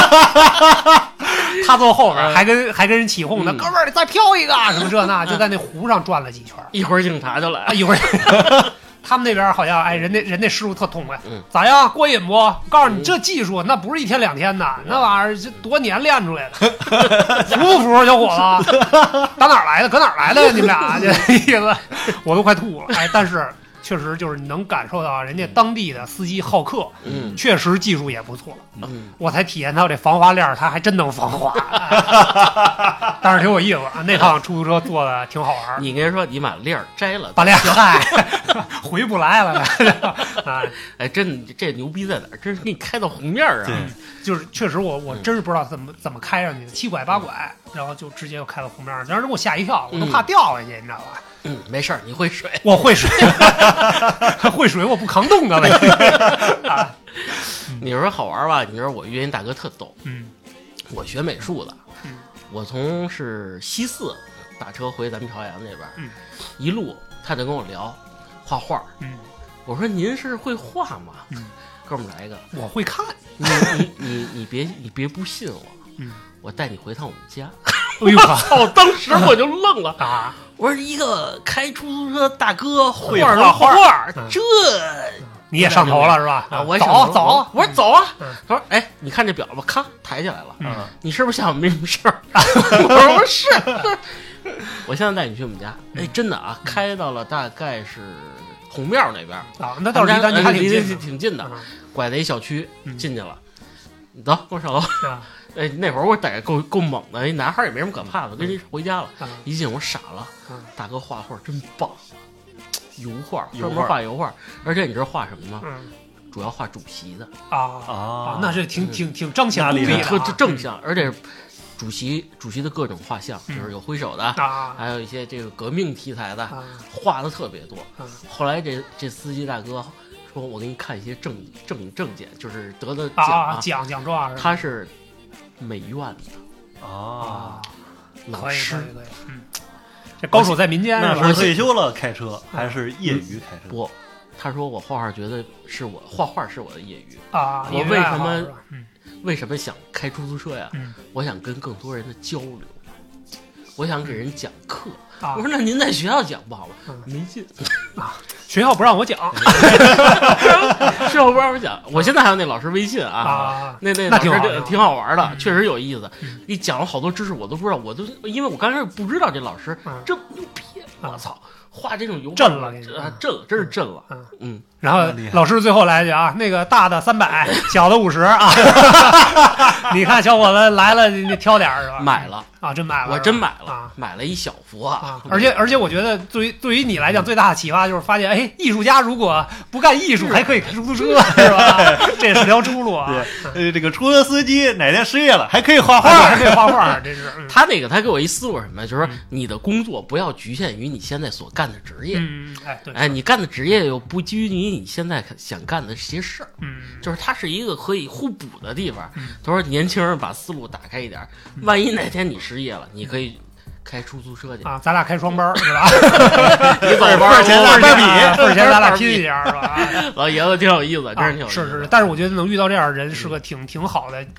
他坐后边，还跟还跟人起哄呢，嗯、哥们儿你再飘一个什么这那，就在那湖上转了几圈， 一会儿警察就来， 一会儿。他们那边好像哎，人家人家师傅特痛快，嗯、咋样过瘾不？我告诉你，这技术那不是一天两天的，嗯、那玩意儿这多年练出来的，服不服，小伙子？打哪儿来的？搁哪儿来的呀？你们俩这意思，我都快吐了。哎，但是确实就是你能感受到人家当地的司机好客， 嗯， 确实技术也不错， 嗯， 我才体验到这防滑链它还真能防滑，但是挺有意思啊。那趟出租车坐的挺好玩。 你跟人说你把链摘了， 把链嗨，回不来了啊！ 哎，真这牛逼在哪儿？真是给你开到湖面啊！ 就是确实我我真是不知道怎么怎么开上去的，七拐八拐，然后就直接就开到湖面上，当时给我吓一跳，我都怕掉下去，你知道吧？ 嗯，没事儿，你会水， 我会水，会水我不抗冻啊！啊， 你说好玩吧？你说我遇见大哥特逗， 嗯， 我学美术的， 嗯， 我从是西四打车回咱们朝阳那边， 嗯， 一路他就跟我聊画画， 嗯， 我说您是会画吗？ 嗯， 哥们来一个， 我会看， 你你你你别你别不信我， 嗯， 我带你回趟我们家。 哎呦操！当时我就愣了啊！ 我说一个开出租车大哥会画画画，这你也上头了是吧？ 啊，我走走， 我说走啊。他说：“哎，你看这表吧，咔抬起来了。 嗯， 你是不是下午没什么事儿？”我说：“是。”我现在带你去我们家。哎，真的啊，开到了大概是红庙那边啊，那倒是离咱家挺近， 挺近的。拐在一小区进去了，你走，跟我上楼。哎，那会儿我逮够够猛的，那男孩也没什么可怕的，跟人回家了。一进我傻了，大哥画画真棒，油画专门画油画，而且你知道画什么吗？主要画主席的啊啊，那是挺挺挺彰显功力的， 特正向，而且主席主席的各种画像，就是有挥手的，还有一些这个革命题材的，画的特别多。后来这这司机大哥说：“我给你看一些证证证件，就是得的奖奖奖状。” 他是美院的啊， 老师， 可以可以，嗯，这高手在民间。 那是退休了开车还是业余开车？ 不，他说我画画觉得是我画画是我的业余啊。 我为什么为什么想开出租车呀？我想跟更多人的交流，我想给人讲课。我说那您在学校讲不好吗？没劲啊，学校不让我讲， 学校不让我讲。我现在还有那老师微信啊， 啊那那老师挺好玩的，确实有意思。你讲了好多知识，我都不知道，我都因为我刚开始不知道这老师这么牛逼，我操！画这种油震了， 啊，震了，真是震了，嗯。 然后老师最后来一句啊，那个大的三百，小的五十啊。你看小伙子来了，你挑点是吧？ 买了啊，真买了， 我真买了， 啊、 买了一小幅啊。 而且而且，我觉得对于对于你来讲，最大的启发就是发现，哎，艺术家如果不干艺术，还可以开出租车，是吧？这是条出路啊。 呃，这个出租车司机哪天失业了，还可以画画， 还可以画画，这是。 嗯、他那个，他给我一思路什么，就是说你的工作不要局限于你现在所干的职业， 嗯，哎，对， 哎，你干的职业又不基于你现在想干的这些事儿， 嗯， 就是它是一个可以互补的地方。 嗯、 他说年轻人把思路打开一点，万一哪天你失业了，你可以开出租车去啊，咱俩开双班是吧？ 你走份儿钱咱俩比，份儿钱咱俩拼一下是吧？ 老爷子挺有意思，真是挺有意思。 是是，但是我觉得能遇到这样的人是个挺挺好的。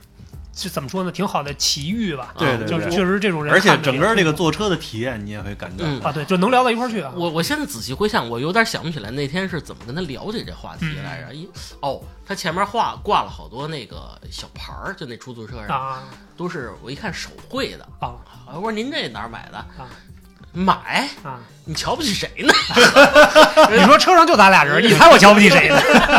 就怎么说呢，挺好的奇遇吧。 对对对， 就是确实这种人， 而且整个这个坐车的体验你也会感觉、 嗯、 啊，对，就能聊到一块儿去啊。 我我现在仔细回想，我有点想不起来那天是怎么跟他了解这话题来着。一、嗯、哦，他前面画挂了好多那个小牌儿，就那出租车上、啊、都是我一看手绘的啊。 我说您这哪儿买的？ 啊买啊！ 你瞧不起谁呢？ 你说车上就咱俩人，你猜我瞧不起谁呢？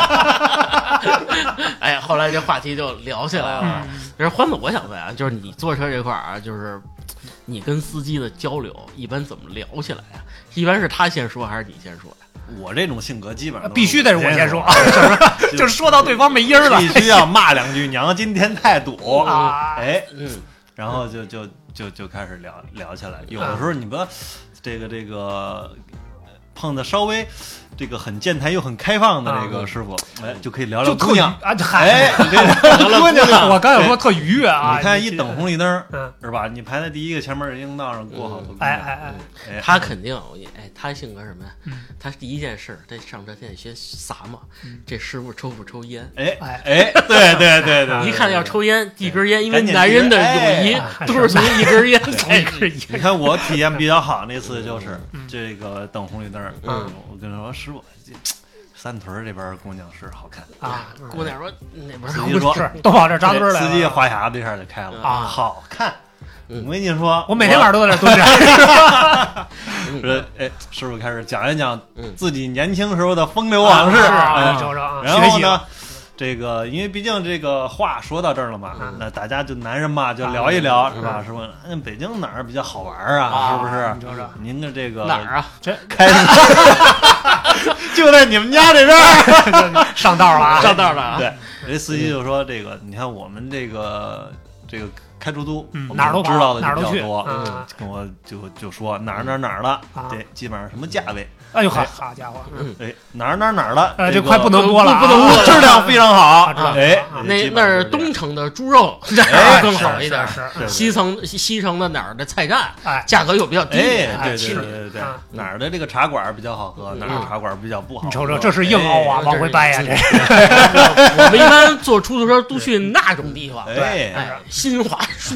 哎呀，后来这话题就聊起来了。其实欢子，我想问啊，就是你坐车这块儿啊，就是你跟司机的交流一般怎么聊起来啊？一般是他先说还是你先说呀？ 我这种性格基本上必须得是我先说，就是就是说到对方没音儿了， 必须要骂两句娘今天太堵啊！ 哎， 嗯， 然后就就就就开始聊聊起来。有的时候你不这个这个碰的稍微这个很健谈又很开放的那个师傅，哎，就可以聊聊姑娘啊， 哎， 姑娘，我刚想说特愉悦啊。 你看一等红绿灯，是吧？你排在第一个前面人行道上过好多， 哎哎哎， 他肯定，哎，他性格什么呀？他第一件事，他上车先先撒嘛，这师傅抽不抽烟？ 哎哎，对对对对， 一看要抽烟，递根烟，因为男人的友谊都是从一根烟开始。 你看我体验比较好那次就是这个等红绿灯，嗯，我跟他说师傅。三屯这边姑娘是好看啊！姑娘说那边司机说是都往这扎堆来了， 司机花匣子一下就开了啊，好看。我跟你说， 我每天晚上都在这蹲着。 说哎，师傅开始讲一讲自己年轻时候的风流往事， 然后呢，这个因为毕竟这个话说到这儿了嘛，那大家就男人嘛，就聊一聊是吧？师傅，嗯，北京哪儿比较好玩啊？是不是？您的这个哪儿啊？ 这开就在你们家这边上道了啊， 上道了啊！ 对，这司机就说这个，你看我们这个这个开出租， 哪儿都知道的哪儿都去， 多，跟我就就说哪儿哪儿哪儿的，对，基本上什么价位。 哎呦好，好家伙！ 哎，哪儿哪儿哪儿的， 哎，这快不能播了， 不能播， 质量非常好。哎， 那那是东城的猪肉， 哎， 更好一点。 是西城西城的哪儿的菜站， 哎， 价格又比较低。 哎，对对对对，哪儿的这个茶馆比较好喝，哪儿的茶馆比较不好。 你瞅瞅，这是硬凹啊，往回掰呀！这我们一般坐出租车都去那种地方， 对， 新华书。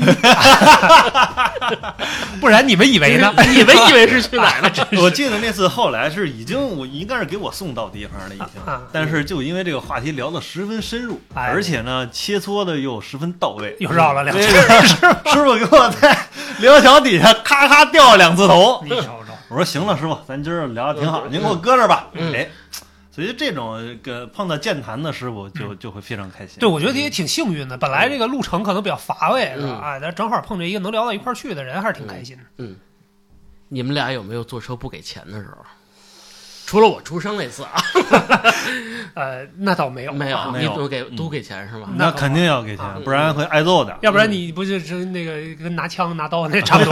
不然你们以为呢？ 你们以为是去哪儿了？ 我记得那次后来是已经我应该是给我送到地方了已经，但是就因为这个话题聊得十分深入，而且呢切磋的又十分到位， 又绕了两次。 师傅给我在聊桥底下咔咔掉了两次头。 你瞅瞅， 我说行了，师傅，咱今儿聊的挺好，您给我搁这儿吧。哎。所以这种个碰到健谈的师傅就就会非常开心。 对，我觉得也挺幸运的。本来这个路程可能比较乏味，是吧？哎，但正好碰着一个能聊到一块儿去的人，还是挺开心的。 嗯，你们俩有没有坐车不给钱的时候？除了我出生那次啊， 呃，那倒没有， 没有， 没有， 都给都给钱是吗？ 那肯定要给钱，不然会挨揍的。 要不然你不就是那个跟拿枪拿刀那差不多？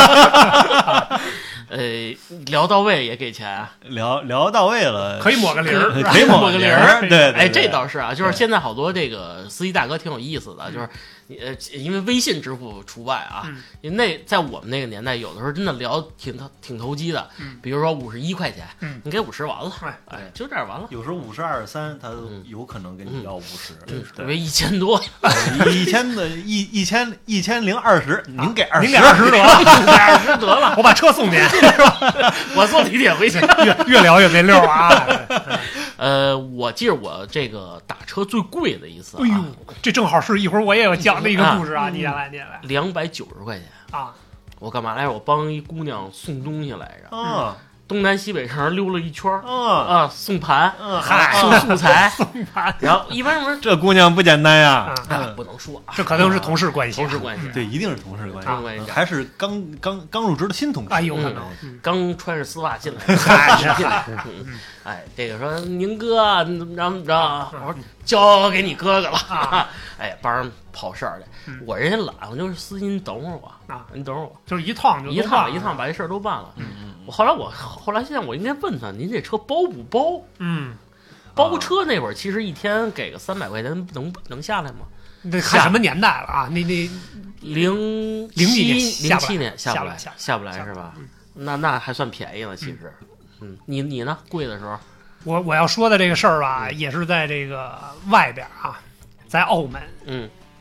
呃，聊到位也给钱啊， 聊聊到位了， 可以抹个零儿， 可以抹个零儿。对， 哎，这倒是啊，就是现在好多这个司机大哥挺有意思的，就是呃，因为微信支付除外啊，因为那在我们那个年代，有的时候真的聊挺挺投机的，比如说五十一块钱，你给五十完了，哎，就这样完了。 有时候五十二十三，他有可能跟你要五十， 对，为一千多， 一千的一一千一千零二十，您给二十， 您给二十得了， 给二十得了， 我把车送您。 我坐地铁回去， 越越聊越没溜啊！ 呃，我记得我这个打车最贵的一次、啊， 哎呦，这正好是一会儿我也要讲的一个故事啊！你先来，你来， 两百九十块钱啊！ 我干嘛来着？我帮一姑娘送东西来着啊。 东南西北城溜了一圈儿， 嗯啊，送盘， 嗯， 嗨，送素材， 送盘， 然后一般什么， 这姑娘不简单呀， 不能说， 这可能是同事关系， 同事关系， 对，一定是同事关系， 还是刚刚刚入职的新同事， 哎，有可能， 刚穿着丝袜进来，嗨，进来，哎，这个说宁哥怎么着怎么着，我说交给你哥哥了，哎，帮人跑事儿去，我人家懒，我就是司机，你等会儿我啊，你等会儿我， 就是一趟就一趟一趟把这事儿都办了，嗯嗯。我后来我后来现在我应该问他，您这车包不包？ 嗯， 包车那会儿其实一天给个三百块钱能能下来吗？ 那看什么年代了啊？那那零零几年零七年下不来下不来是吧？那那还算便宜了，其实。嗯，你你呢？贵的时候， 我我要说的这个事儿吧，也是在这个外边啊，在澳门。 嗯。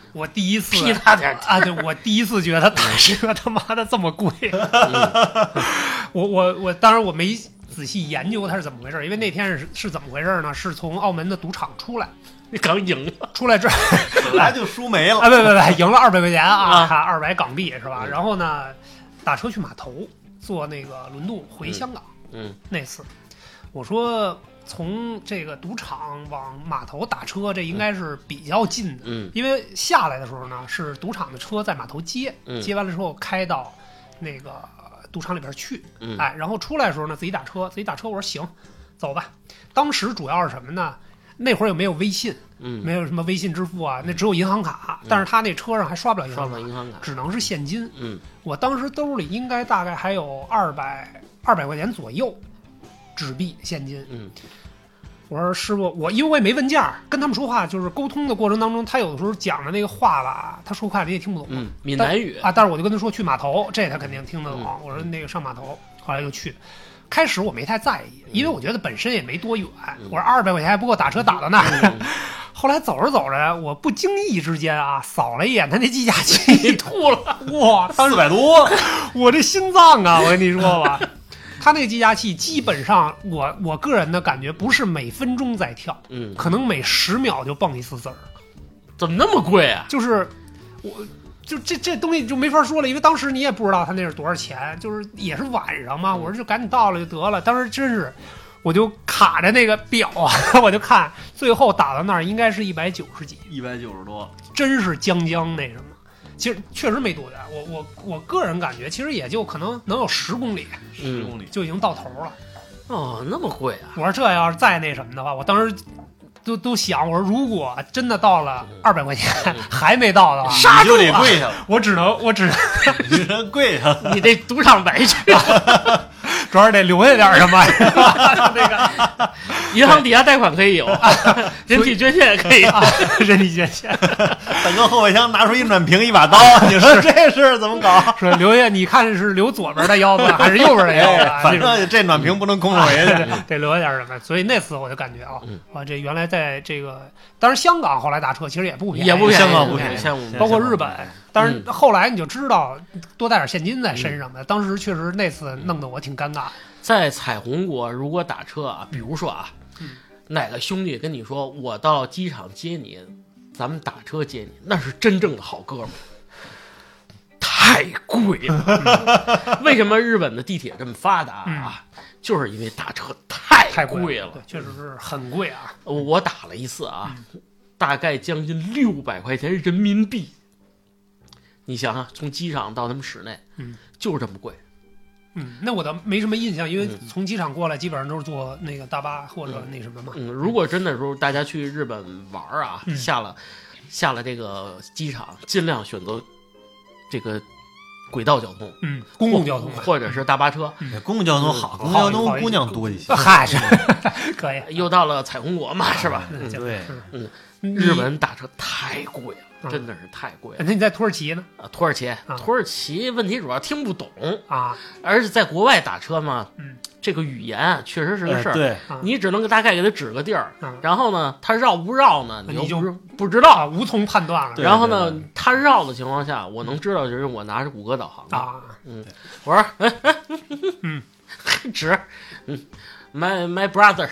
我第一次批他点啊，对，我第一次觉得打车他妈的这么贵。嗯、我我我，当然我没仔细研究它是怎么回事，因为那天是是怎么回事呢？是从澳门的赌场出来， 你刚赢了， 出来这本来就输没了啊！不不不，赢了二百块钱啊，二百港币是吧？然后呢，打车去码头，坐那个轮渡回香港。 嗯， 那次我说。从这个赌场往码头打车，这应该是比较近的。 嗯， 因为下来的时候呢，是赌场的车在码头接， 嗯、 接完了之后开到那个赌场里边去。 嗯， 哎，然后出来的时候呢，自己打车，自己打车。我说行，走吧。当时主要是什么呢？那会儿又没有微信， 嗯， 没有什么微信支付啊，那只有银行卡。嗯、但是他那车上还刷不了银行卡， 刷不了银行卡， 只能是现金。 嗯， 我当时兜里应该大概还有二百二百块钱左右纸币现金。 嗯。 我说师傅，我因为我也没问价，跟他们说话就是沟通的过程当中，他有的时候讲的那个话吧，他说快了你也听不懂。 嗯，闽南语啊，但是我就跟他说去码头，这他肯定听得懂。 嗯、 我说那个上码头，后来就去。开始我没太在意，因为我觉得本身也没多远。 嗯、 我说二百块钱还不够打车打到那儿。嗯、后来走着走着，我不经意之间啊，扫了一眼他那计价器，吐了。哇， 四百多， 我这心脏啊，我跟你说吧。他那个计价器基本上我，我我个人的感觉不是每分钟在跳， 嗯， 可能每十秒就蹦一次字儿， 怎么那么贵啊？ 就是我，就这这东西就没法说了，因为当时你也不知道他那是多少钱，就是也是晚上嘛，我说就赶紧到了就得了。当时真是，我就卡着那个表啊，我就看最后打到那儿应该是一百九十几， 一百九十多， 真是将将那什么。其实确实没多远，我我我个人感觉，其实也就可能能有十公里， 十公里就已经到头了。 哦，那么贵啊！ 我说这要是再那什么的话，我当时都都想，我说如果真的到了二百块钱、嗯、还没到的话， 你就得跪下了。 我只能我只能你这跪下了， 你这赌场白去。 主要是得留下点什么。那个银行抵押贷款可以有，人体捐献也可以啊， 人体捐献。 大哥后备箱拿出一暖瓶一把刀，你说这事怎么搞？ 说留下，你看是留左边的腰子还是右边的腰子？ 反正这暖瓶不能空手回去， 得留下点什么。所以那次我就感觉啊，啊，这原来在这个，当然香港后来打车其实也不便宜， 也不便宜， 香港不便宜， 包括日本。但是后来你就知道多带点现金在身上的，当时确实那次弄得我挺尴尬。 在彩虹国，如果打车啊，比如说啊， 嗯、 哪个兄弟跟你说我到机场接你，咱们打车接你，那是真正的好哥们儿。太贵了，为什么日本的地铁这么发达啊？ 嗯、 就是因为打车太太贵了， 对，确实是很贵啊。 我打了一次啊， 嗯、 大概将近六百块钱人民币。你想想，从机场到他们室内， 嗯， 就是这么贵。 嗯，那我倒没什么印象，因为从机场过来基本上都是坐那个大巴或者那什么嘛。 嗯，如果真的时候大家去日本玩啊， 嗯、 下了下了这个机场，尽量选择这个轨道交通， 嗯，公共交通或者是大巴车。 嗯、公共交通好，公共交通姑娘多一些。 嗨，是可以。 又到了彩虹国嘛，是吧？ 嗯， 对， 嗯，日本打车太贵了。真的是太贵了。 那你在土耳其呢？ 啊，土耳其，土耳其问题主要听不懂啊， 而且在国外打车嘛， 嗯， 这个语言确实是个事儿。 对， 你只能大概给他指个地儿，然后呢，他绕不绕呢， 你就不知道， 无从判断了。 然后呢，他绕的情况下，我能知道就是我拿着谷歌导航啊， 嗯，我说， 嗯， 指，嗯。My my brother，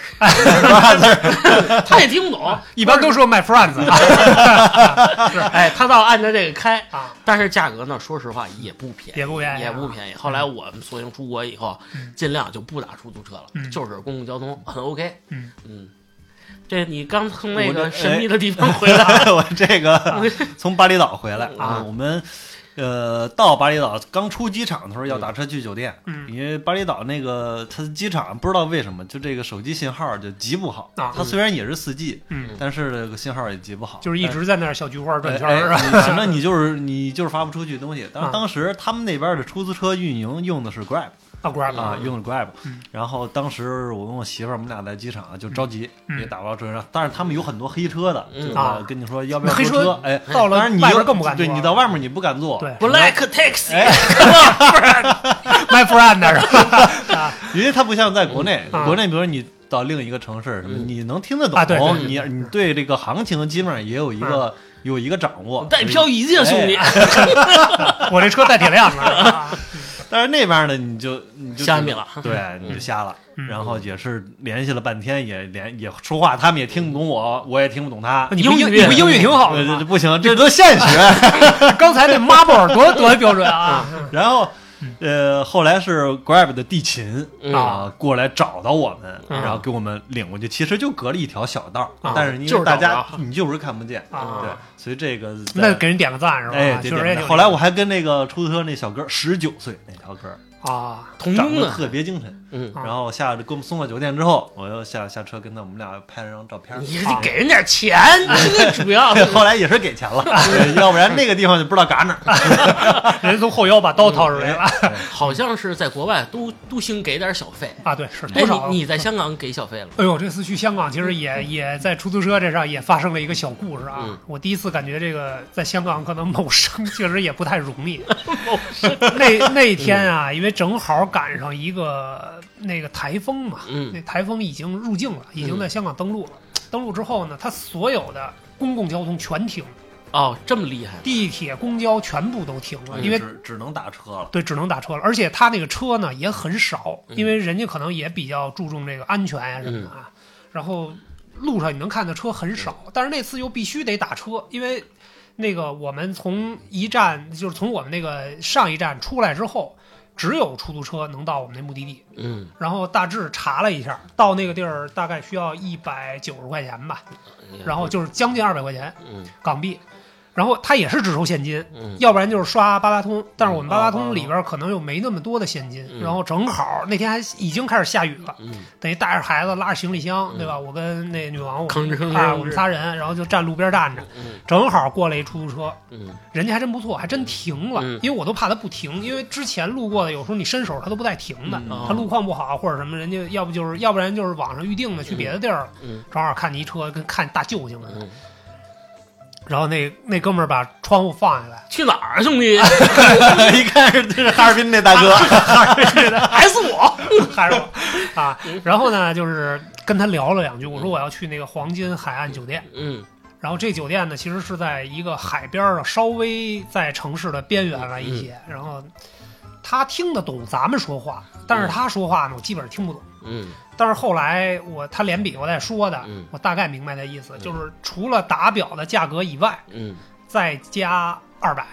brother， 他也听不懂， 一般都说 my friends。 是，哎，他倒按照这个开啊， 但是价格呢，说实话也不便宜， 也不便宜， 也不便宜。后来我们索性出国以后，尽量就不打出租车了，就是公共交通很 OK。 嗯嗯，这你刚从那个神秘的地方回来， 我这个从巴厘岛回来啊，我们。呃，到巴厘岛刚出机场的时候要打车去酒店， 嗯， 因为巴厘岛那个它的机场不知道为什么就这个手机信号就极不好， 啊， 它虽然也是四 G， 嗯， 但是这个信号也极不好， 就是一直在那儿小菊花转圈儿， 是吧？ 反正你就是你就是发不出去东西。但是当时他们那边的出租车运营用的是 Grab。 啊 ，Grab 啊，用的 Grab， 嗯， 然后当时我跟我媳妇儿，我们俩在机场就着急， 嗯、 也打不着车，但是他们有很多黑车的， 嗯、 就是跟你说要不要黑车，哎， 到了你外边更不敢坐， 对你到外面你不敢坐， 对 ，Black Taxi， My friend 是吧？ 因为它不像在国内， 嗯、 国内比如说你到另一个城市什么， 嗯、 你能听得懂， 啊、对对你你对这个行情基本上也有一个有一个掌握， 带票一进，兄弟， 我这车带铁链子。 但是那边呢，你就你就瞎米了， 对，你就瞎了。 嗯、 然后也是联系了半天，也连也说话，他们也听不懂我，我也听不懂他。 你不英你不英语挺好的吗？ 不行，这都现学。 刚才那 marble 多多标准啊！ 然后。呃，后来是 Grab 的地勤、 嗯、 啊过来找到我们、 嗯， 然后给我们领过去。其实就隔了一条小道， 啊、 但是因为大家你就是看不见， 啊、 对，所以这个那给人点个赞是吧？ 哎，确实。后来我还跟那个出租车那小哥，十九岁那条哥啊， 长得特别精神。 嗯， 然后下给我们送到酒店之后，我又下下车跟他我们俩拍了张照片。 你得给人点钱，这主要。 后来也是给钱了，要不然那个地方就不知道嘎哪儿。 人从后腰把刀掏出来了。 好像是在国外都都兴给点小费啊，对，是多少？ 你你在香港给小费了？ 哎呦，这次去香港其实也也在出租车这上也发生了一个小故事啊。 嗯、 我第一次感觉这个在香港可能谋生确实也不太容易。那那天啊，因为正好赶上一个那个台风嘛， 嗯， 那台风已经入境了，已经在香港登陆了。嗯、登陆之后呢，它所有的公共交通全停。 哦，这么厉害！ 地铁、公交全部都停了， 嗯、 因为只只能打车了。 对，只能打车了。而且他那个车呢也很少， 嗯、 因为人家可能也比较注重这个安全呀、啊、什么的啊。 嗯、 然后路上你能看到车很少，但是那次又必须得打车，因为那个我们从一站就是从我们那个上一站出来之后，只有出租车能到我们那目的地。 嗯， 然后大致查了一下，到那个地儿大概需要一百九十块钱吧，然后就是将近二百块钱港币。然后他也是只收现金、 嗯， 要不然就是刷八达通，但是我们八达通里边可能又没那么多的现金。 嗯、 然后正好那天还已经开始下雨了， 嗯、 等于带着孩子拉着行李箱， 嗯、 对吧？我跟那女王，我吭哧吭哧啊，我们仨人，然后就站路边站着， 嗯、 正好过来一出租车， 嗯、 人家还真不错，还真停了、 嗯， 因为我都怕他不停，因为之前路过的有时候你伸手他都不带停的， 嗯、 他路况不好或者什么，人家要不就是要不然就是网上预定的去别的地儿， 嗯、 正好看你一车跟看大救星似的。 嗯然后那那哥们儿把窗户放下来， 去哪儿，兄弟？ 一看是这是哈尔滨那大哥， 还是我，还是我啊。然后呢，就是跟他聊了两句，我说我要去那个黄金海岸酒店， 嗯， 然后这酒店呢，其实是在一个海边上，稍微在城市的边缘了一些。 嗯、 然后他听得懂咱们说话，但是他说话呢，我基本上听不懂。 嗯。 但是后来我他连比我在说的、 嗯， 我大概明白他意思、嗯，就是除了打表的价格以外， 嗯， 再加二百。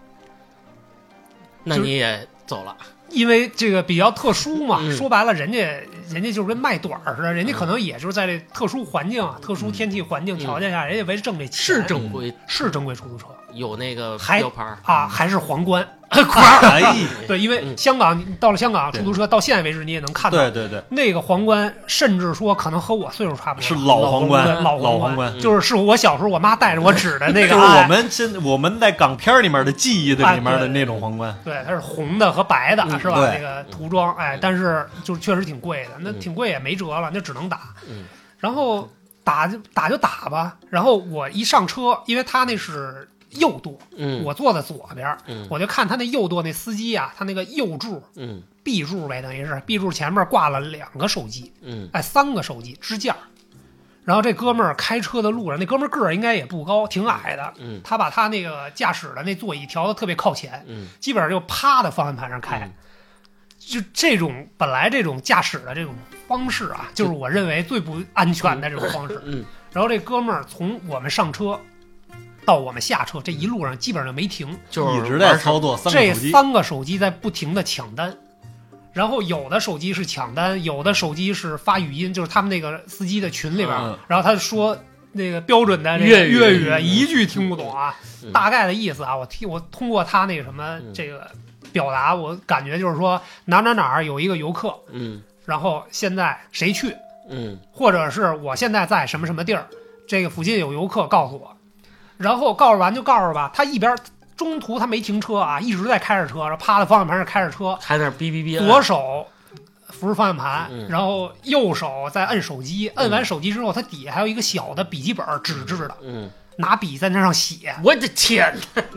那你也走了， 因为这个比较特殊嘛， 嗯、 说白了，人家人家就是跟卖短似的，人家可能也就是在这特殊环境、 嗯、 特殊天气环境条件下， 嗯、 人家为挣这钱， 是正规， 是正规出租车， 有那个标牌啊，还是皇冠。 哎， 对，因为香港、嗯、到了香港出租车到现在为止你也能看到， 对对对， 那个皇冠甚至说可能和我岁数差不多， 是老皇冠， 老皇冠， 冠就是是我小时候我妈带着我指的那个， 就是我们现我们在港片里面的记忆的里面的那种皇冠， 啊、对, 对，它是红的和白的， 嗯、 是吧？那个涂装，哎，但是就确实挺贵的，那挺贵也没辙了，那只能打。 嗯， 然后打就打就打吧，然后我一上车，因为他那是。右舵， 嗯， 我坐在左边， 嗯， 我就看他那右舵那司机啊，他那个右柱， 嗯 ，B 柱呗，等于是 B 柱前面挂了两个手机， 嗯， 哎，三个手机支架。然后这哥们儿开车的路上，那哥们儿个儿应该也不高，挺矮的， 嗯， 他把他那个驾驶的那座椅调的特别靠前， 嗯， 基本上就趴在方向盘上开， 嗯、 就这种本来这种驾驶的这种方式啊，就是我认为最不安全的这种方式， 嗯， 然后这哥们儿从我们上车。到我们下车这一路上基本上就没停， 就是一直在操作三个手机， 这三个手机在不停的抢单，然后有的手机是抢单，有的手机是发语音，就是他们那个司机的群里边， 嗯、 然后他说那个标准的这个粤粤语， 语一句听不懂啊， 嗯、 大概的意思啊，我听我通过他那个什么这个表达，我感觉就是说哪哪哪儿有一个游客， 嗯， 然后现在谁去， 嗯， 或者是我现在在什么什么地儿，这个附近有游客告诉我。然后告诉完就告诉吧，他一边中途他没停车啊，一直在开着车，然后趴在方向盘上开着车， 还在那哔哔哔， 左手扶着方向盘、 嗯， 然后右手在摁手机，摁完手机之后，他底下还有一个小的笔记本纸质的， 嗯， 拿笔在那上写。 我的天！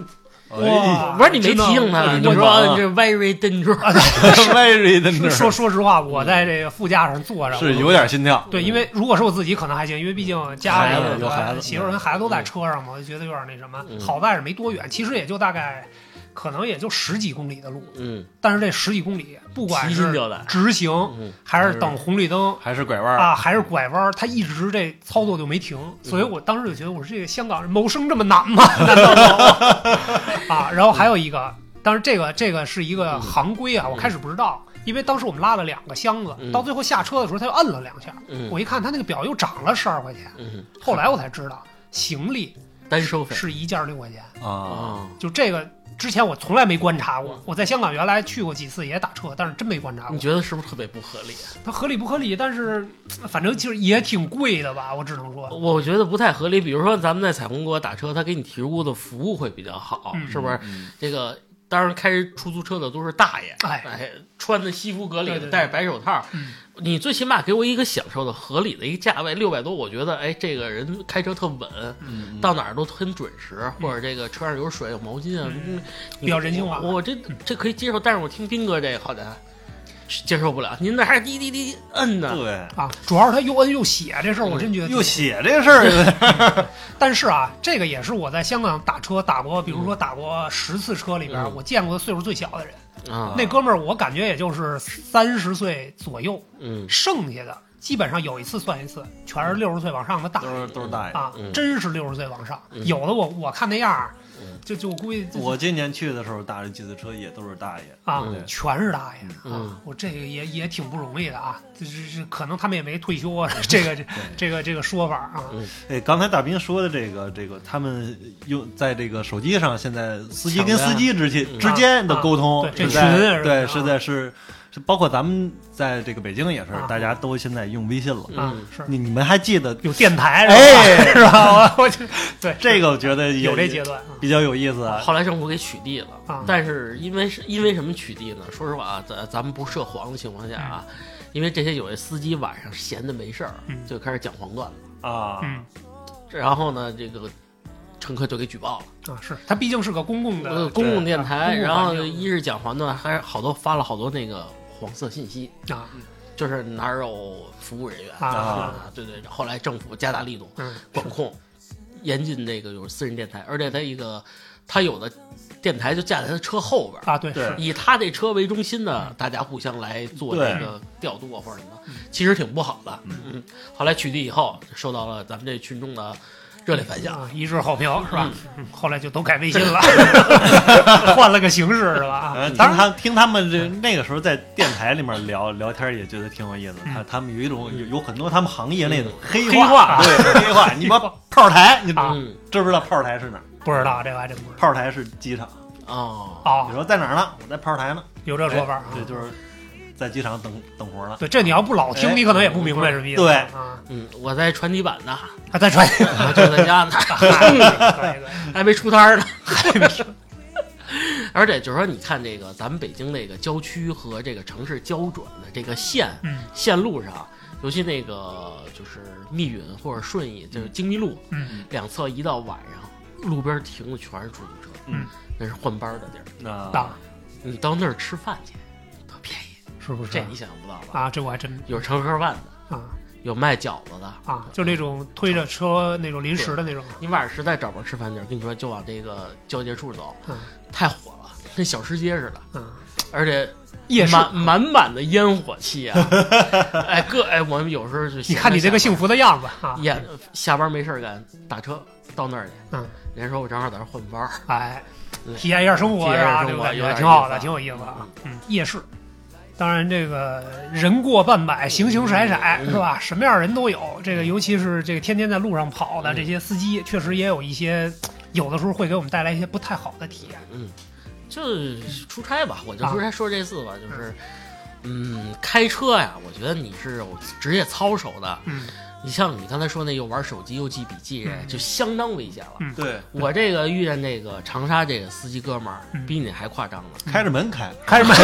哇！ 不是你没提醒他，你说这 very dangerous，very dangerous。 说说实话，我在这个副驾上坐着是有点心跳。 对，因为如果是我自己可能还行，因为毕竟家里有孩子， 媳妇儿跟孩子都在车上嘛，我就觉得有点那什么。好在是没多远，其实也就大概。可能也就十几公里的路， 嗯， 但是这十几公里，不管是直行、 嗯、 还是等红绿灯， 还是拐弯啊，还是拐弯，他一直这操作就没停， 嗯、 所以我当时就觉得，我说这个香港人谋生这么难吗？难道啊？然后还有一个，当然这个这个是一个行规啊，我开始不知道，因为当时我们拉了两个箱子， 嗯、 到最后下车的时候，他就摁了两下， 嗯、 我一看他那个表又涨了十二块钱， 嗯、 后来我才知道行李单收费是一件六块钱啊， 就这个。之前我从来没观察过，我在香港原来去过几次也打车，但是真没观察过。 你觉得是不是特别不合理？ 它合理不合理？但是反正就是也挺贵的吧，我只能说。 我觉得不太合理。比如说咱们在彩虹国打车，他给你提供的服务会比较好， 嗯、 是不是？ 嗯、 这个当然开出租车的都是大爷， 哎哎，穿的西服革履的，戴着白手套。 嗯你最起码给我一个享受的合理的一个价位，六百多，我觉得哎，这个人开车特稳， 嗯、 到哪儿都很准时，或者这个车上有水有毛巾啊， 嗯、比较人性化。 我, 我这这可以接受，但是我听斌哥这个好像接受不了。您那还滴滴滴摁呢？ 对啊，主要是他又摁又写这事儿，我真觉得又写这事儿。 但是啊，这个也是我在香港打车打过，比如说打过十次车里边， 嗯、 我见过的岁数最小的人。 啊， 那哥们儿我感觉也就是三十岁左右， 嗯， 剩下的基本上有一次算一次，全是六十岁往上的大爷， 都是都是大爷啊， 嗯、 真是六十岁往上。 嗯、 有的我我看那样， 嗯、 就就估计我今年去的时候打的几次车也都是大爷啊， 嗯、 全是大爷、 嗯、 啊。我这个也也挺不容易的啊，就是是可能他们也没退休啊，这个这这个这个说法啊。 嗯、 哎，刚才大斌说的这个这个，他们用在这个手机上，现在司机跟司机之间之间的沟通， 啊、对是在这群对是在是。是包括咱们在这个北京也是， 啊、 大家都现在用微信了啊。是你你们还记得有电台哎是吧？我就对这个我觉得有这阶段比较有意思。 后来政府给取缔了， 啊、 但是因为是因为什么取缔呢？说实话啊，咱咱们不涉黄的情况下啊， 嗯、 因为这些有些司机晚上闲的没事儿， 嗯、 就开始讲黄段子啊， 嗯， 然后呢，这个。乘客就给举报了啊！是它毕竟是个公共的、 呃、公共电台， 然后一是讲黄段，还好多发了好多那个黄色信息啊， 就是哪儿有服务人员啊， 啊对对。后来政府加大力度、 嗯、 管控，严禁这个有私人电台，而且它一个它有的电台就架在他车后边啊，对， 对以他这车为中心的，大家互相来做这个调度啊或者什么，其实挺不好的。 嗯嗯，后来取缔以后，受到了咱们这群众的热烈反响， 啊、一致好评是吧？ 嗯、 后来就都改微信了，换了个形式是吧？ 嗯、听他听他们这那个时候在电台里面聊聊天也觉得挺有意思。 嗯、 他他们有一种有有很多他们行业内的黑话， 话对黑话。你把炮台，你啊、 知不知道炮台是哪儿？ 不知道，这个还真不知道。 炮台是机场哦哦， 你说在哪儿呢？我在炮台呢， 有这说法。 这、哎、就是。在机场等等活呢。 对，这你要不老听， 哎、 你可能也不明白什么意思。 对， 啊， 嗯，我在传底板呢， 还在传， 就在家呢，还没出摊呢，还没出。而且就是说，你看这个咱们北京这个郊区和这个城市交转的这个线、 嗯、 线路上，尤其那个就是密云或者顺义，就是京密路， 嗯， 两侧一到晚上，路边停的全是出租车， 嗯， 那是换班的地儿啊。 你到那儿吃饭去，特便宜。 是不是？ 这你想象不到吧？ 啊，这我还真有盛盒饭的啊， 有卖饺子的啊，就那种推着车那种临时的那种。 你晚上实在找不着吃饭地儿，跟你说就往这个交界处走， 嗯， 太火了，跟小吃街似的， 嗯， 而且夜市满满满的烟火气啊！哎，各哎，我们有时候就你看你这个幸福的样子啊， 烟下班没事干，打车到那儿去， 嗯， 人家说我正好在这换班， 哎，体验一下生活是吧？这个挺好的，挺有意思啊。嗯，夜市。当然，这个人过半百，形形色色，是吧？什么样人都有。这个，尤其是这个天天在路上跑的这些司机，确实也有一些，有的时候会给我们带来一些不太好的体验。 嗯，就是出差吧，我就出差说这次吧，就是，嗯，开车呀，我觉得你是有职业操守的。 嗯。 你像你刚才说那又玩手机又记笔记， 嗯、 就相当危险了。 嗯， 对我这个遇见这个长沙这个司机哥们儿， 嗯、 比你还夸张了， 开着门开， 开着门。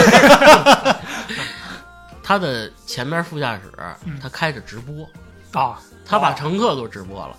他的前面副驾驶， 嗯、 他开着直播啊， 他把乘客都直播了。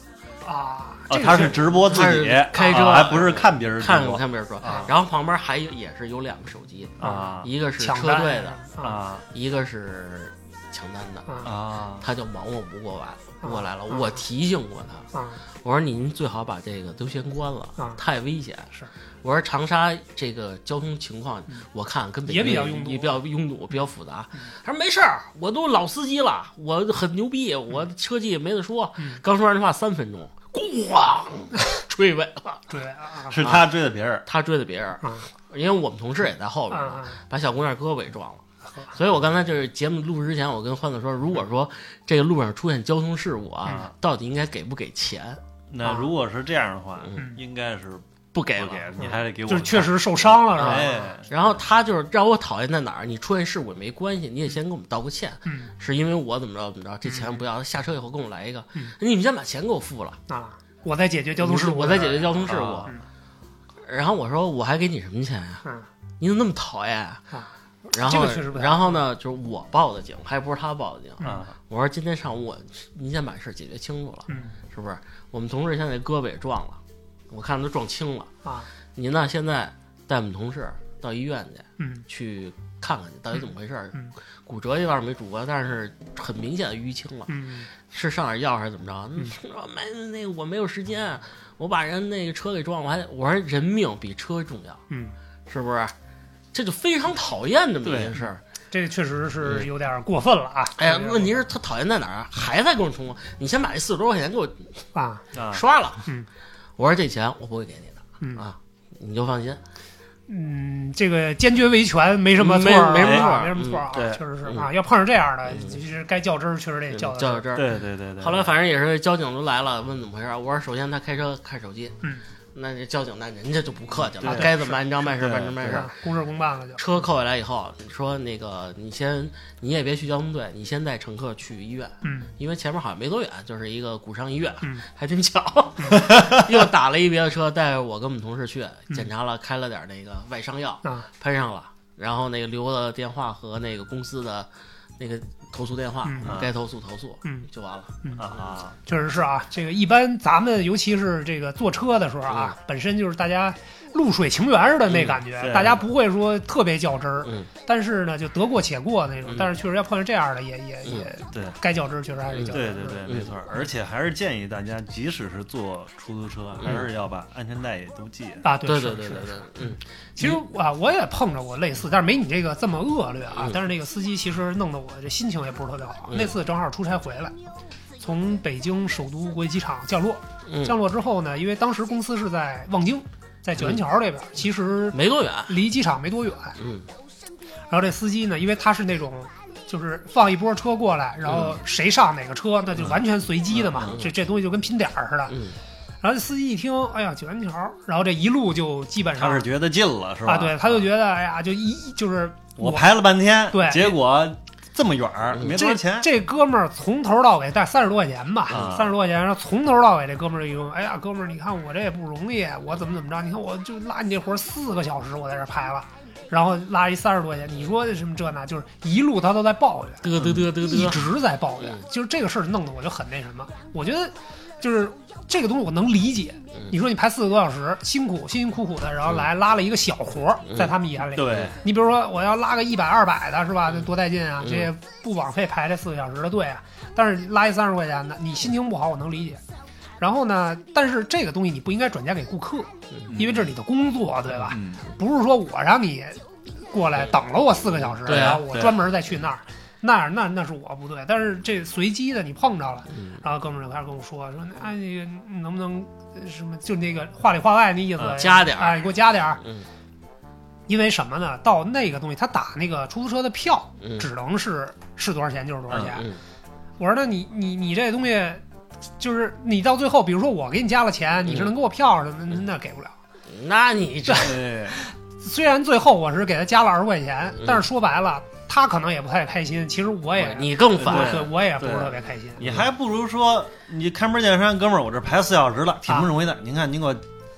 啊。 哦，他是直播自己开车， 还不是看别人看看别人说。然后旁边还有也是有两个手机啊， 一个是车队的啊， 一个是抢单的啊。 他就忙活不过来过来了，我提醒过他，我说您最好把这个都先关了，太危险。 是。 我说长沙这个交通情况，我看跟北京也比较拥堵， 也比较拥堵，比较复杂。他说没事儿，我都老司机了，我很牛逼，我车技也没得说。刚说完这话三分钟，咣，追尾了。 对啊， 是他追的别人， 他追的别人，因为我们同事也在后边嘛，把小姑娘胳膊给撞了。所以我刚才就是节目录制之前，我跟欢子说，如果说这个路上出现交通事故啊，到底应该给不给钱？ 那如果是这样的话，应该是。 不给了， 你还得给我， 就是确实受伤了，是吧？ 哎， 然后他就是让我讨厌在哪儿？你出现事故也没关系，你也先跟我们道个歉， 嗯， 是因为我怎么着怎么着，这钱不要，下车以后跟我来一个，你们先把钱给我付了啊，我再解决交通事故， 我再解决交通事故。然后我说我还给你什么钱呀？你怎么那么讨厌啊？然后然后呢，就是我报的警，还不是他报的警啊。 我说今天上午我您先把事解决清楚了，是不是？我们同事现在胳膊也撞了。我看都撞青了啊！ 您呢？现在带我们同事到医院去， 嗯， 去看看去，到底怎么回事？ 嗯， 骨折这倒是没拄过，但是很明显的淤青了。 嗯， 是上点药还是怎么着？ 嗯， 没那个我没有时间，我把人那个车给撞了，我还我说人命比车重要， 嗯， 是不是？这就非常讨厌这么一件事儿。 这确实是有点过分了啊！ 哎呀，问题是他讨厌在哪儿啊？还在跟我冲，你先把这四十多块钱给我啊刷了。 嗯。 我说这钱我不会给你的， 嗯啊，你就放心。 嗯，这个坚决维权没什么错， 没什么错， 没什么错啊， 确实是啊。要碰上这样的，其实该较真儿，确实得较较真儿。 对对对对。 后来反正也是交警都来了，问怎么回事。我说首先他开车看手机， 嗯， 那这交警那人家就不客气了，该怎么按章办事办事办事， 公事公办了就。 车扣下来以后，你说那个你先你也别去交通队，你先带乘客去医院， 嗯， 因为前面好像没多远就是一个骨伤医院， 嗯， 还真巧，又打了一别的车带着我跟我们同事去检查了，开了点那个外伤药啊， 喷上了，然后那个留了电话和那个公司的那个投诉电话， 嗯、 该投诉投诉， 嗯， 就完了。 嗯啊， 确实是啊，这个一般咱们尤其是这个坐车的时候啊， 嗯、 本身就是大家露水情缘似的那感觉， 嗯、 大家不会说特别较真儿， 嗯， 但是呢就得过且过那种。 嗯、 但是确实要碰上这样的也，也也也对， 该较真儿确实还是较真儿。对对对，没错。而且还是建议大家，即使是坐出租车， 嗯、 还是要把安全带也都系啊。 对对对对对，嗯。 其实啊，我也碰着过类似，但是没你这个这么恶劣啊。 嗯、 但是那个司机其实弄得我这心情也不是特别好。 嗯、 那次正好出差回来，从北京首都国际机场降落。 嗯、 降落之后呢，因为当时公司是在望京，在九元桥这边， 嗯、 其实没多远， 离机场没多远。 嗯。 然后这司机呢，因为他是那种就是放一波车过来，然后谁上哪个车，那就完全随机的嘛。 嗯、 这这东西就跟拼点儿似的。 嗯。 然后这司机一听，哎呀，九元桥，然后这一路就基本上他是觉得近了，是吧？ 啊，对，他就觉得，哎呀，就一就是我排了半天， 对， 结果这么远儿，没多少钱。 这哥们儿从头到尾带三十多块钱吧， 啊、 三十多块钱，然后从头到尾这哥们儿一用，哎呀，哥们儿，你看我这也不容易，我怎么怎么着？你看我就拉你这活四个小时，我在这排了。然后拉一三十多块钱，你说什么这那，就是一路他都在抱怨， 嘚嘚嘚嘚嘚， 一直在抱怨。就是这个事儿弄得我就很那什么，我觉得就是这个东西我能理解。你说你排四个多小时，辛苦辛辛苦苦的，然后来拉了一个小活儿，在他们眼里， 对你比如说我要拉个一百二百的，是吧？那多带劲啊！这也不枉费排这四个小时的队啊。但是拉一三十块钱的，你心情不好，我能理解。然后呢，但是这个东西你不应该转嫁给顾客，因为这是你的工作，对吧？ 嗯、 不是说我让你过来等了我四个小时， 对啊、 然后我专门再去那儿，那那那是我不对。但是这随机的你碰着了， 嗯、 然后哥们儿就开始跟我说说，哎，那个能不能什么，就那个话里话外那意思， 呃、加点儿， 哎，给我加点儿。 嗯， 因为什么呢？到那个东西，他打那个出租车的票， 嗯、 只能是是多少钱就是多少钱。 嗯嗯、 我说那你你你这东西。就是你到最后，比如说我给你加了钱，你是能给我票的， 嗯、 那给不了。 那你这虽然最后我是给他加了二十块钱，嗯、但是说白了，他可能也不太开心。其实我也你更烦， 对，我也不是特别开心。 你还不如说，你开门见山，哥们儿，我这排四小时了，铁门容易的，啊、您看您给我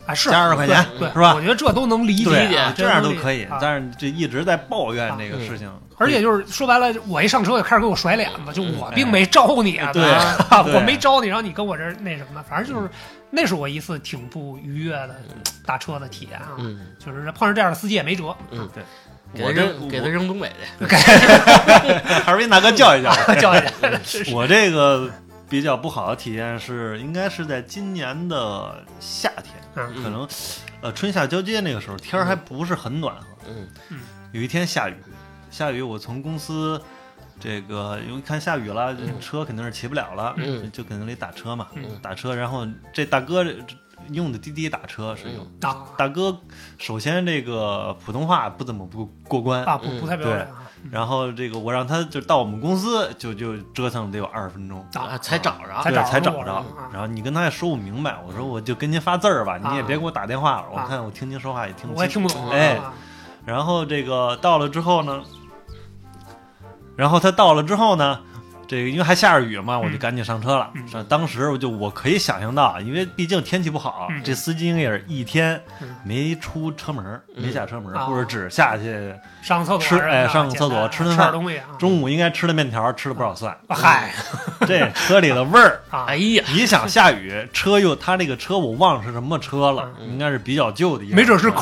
啊，是加二十块钱， 对， 是吧？ 我觉得这都能理解， 这样都可以。但是这一直在抱怨这个事情， 而且就是说白了，我一上车就开始给我甩脸子，就我并没招你啊， 对， 我没招你，然后你跟我这那什么，反正就是那是我一次挺不愉悦的打车的体验啊，就是碰上这样的司机也没辙， 嗯，对。给他扔，给他扔东北去， 还是给大哥教育教育， 教育。 我这个比较不好的体验是，应该是在今年的夏天， 嗯、 可能呃春夏交接那个时候，天儿还不是很暖和。 嗯嗯， 有一天下雨，下雨我从公司这个因为看下雨了， 嗯、 车肯定是骑不了了， 嗯、 就肯定得打车嘛， 嗯、 打车，然后这大哥用的滴滴打车是用、 嗯啊、 大哥，首先这个普通话不怎么不过关啊，不不太标准、啊。 然后这个我让他就到我们公司就就折腾得有二十分钟啊，才找着， 才找才找着。然后你跟他也说不明白，我说我就跟您发字儿吧，你也别给我打电话了，我看我听您说话也听不清， 我也听不懂。 哎，然后这个到了之后呢，然后他到了之后呢。这个因为还下着雨嘛，我就赶紧上车了。 嗯、 当时我就我可以想象到，因为毕竟天气不好， 嗯、 这司机也是一天没出车门， 嗯、 没下车门， 嗯、 或者只下去上厕所吃，哎，上厕所吃顿饭， 东西、啊。 中午应该吃的面条，吃了不少蒜。 嗨、 嗯，这车里的味儿， 哎呀， 你想下雨，车又他那个车我忘了是什么车了， 嗯、 应该是比较旧的一， 没准是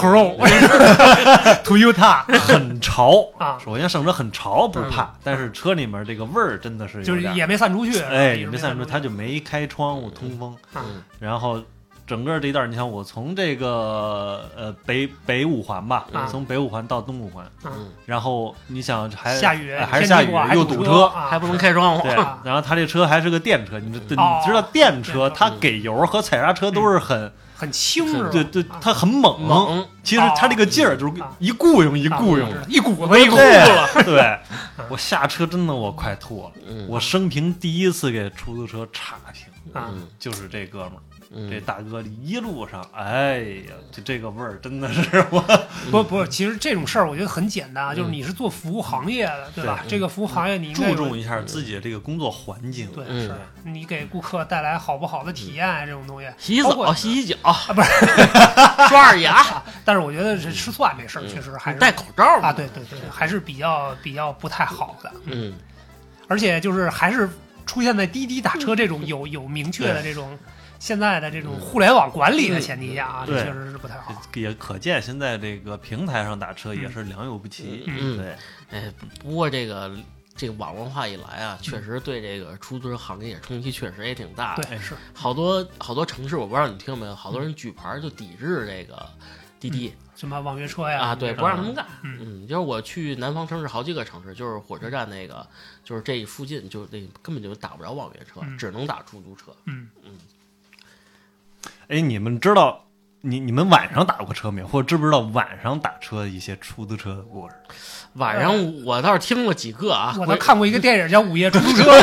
Crow。Toyota 很潮啊， 首先上车很潮不怕，但是车里面这个味儿真的是就是也没散出去， 哎，也没散出，他就没开窗户通风， 嗯， 然后整个这一段，你看我从这个呃北北五环吧，从北五环到东五环， 嗯， 然后你想还下雨还是下雨又堵车， 还不能开窗户， 对，然后他这车还是个电车，你知你知道电车它给油和踩刹车都是很。 很轻是吧？ 对对，它很猛， 猛。 其实它这个劲儿就是一雇佣一雇佣， 一股子一股子了。对，我下车真的我快吐了。我生平第一次给出租车差评，就是这哥们儿。这大哥一路上，哎呀，就这个味儿真的是我不不是，其实这种事儿我觉得很简单，就是你是做服务行业的，对吧？这个服务行业你注重一下自己的这个工作环境， 对，是你给顾客带来好不好的体验这种东西， 洗洗澡、洗洗脚啊，不是刷耳牙。 但是我觉得这吃蒜这事儿确实还是戴口罩啊，对对对，还是比较比较不太好的。 嗯， 而且就是还是出现在滴滴打车这种有有明确的这种。现在的这种互联网管理的前提下啊， 这确实是不太好。 也可见现在这个平台上打车也是良莠不齐。 嗯， 对。 哎，不过这个这个网络化一来啊，确实对这个出租车行业冲击确实也挺大的。 对，是好多好多城市，我不知道你听没有，好多人举牌就抵制这个滴滴， 什么网约车呀？ 啊，对，不让他们干。 嗯嗯，就是我去南方城市好几个城市，就是火车站那个，就是这附近就那根本就打不着网约车，只能打出租车。 嗯嗯。 哎，你们知道你你们晚上打过车没有？或者知不知道晚上打车一些出租车的故事？ 晚上我倒是听过几个啊， 我倒看过一个电影叫《午夜出租车》。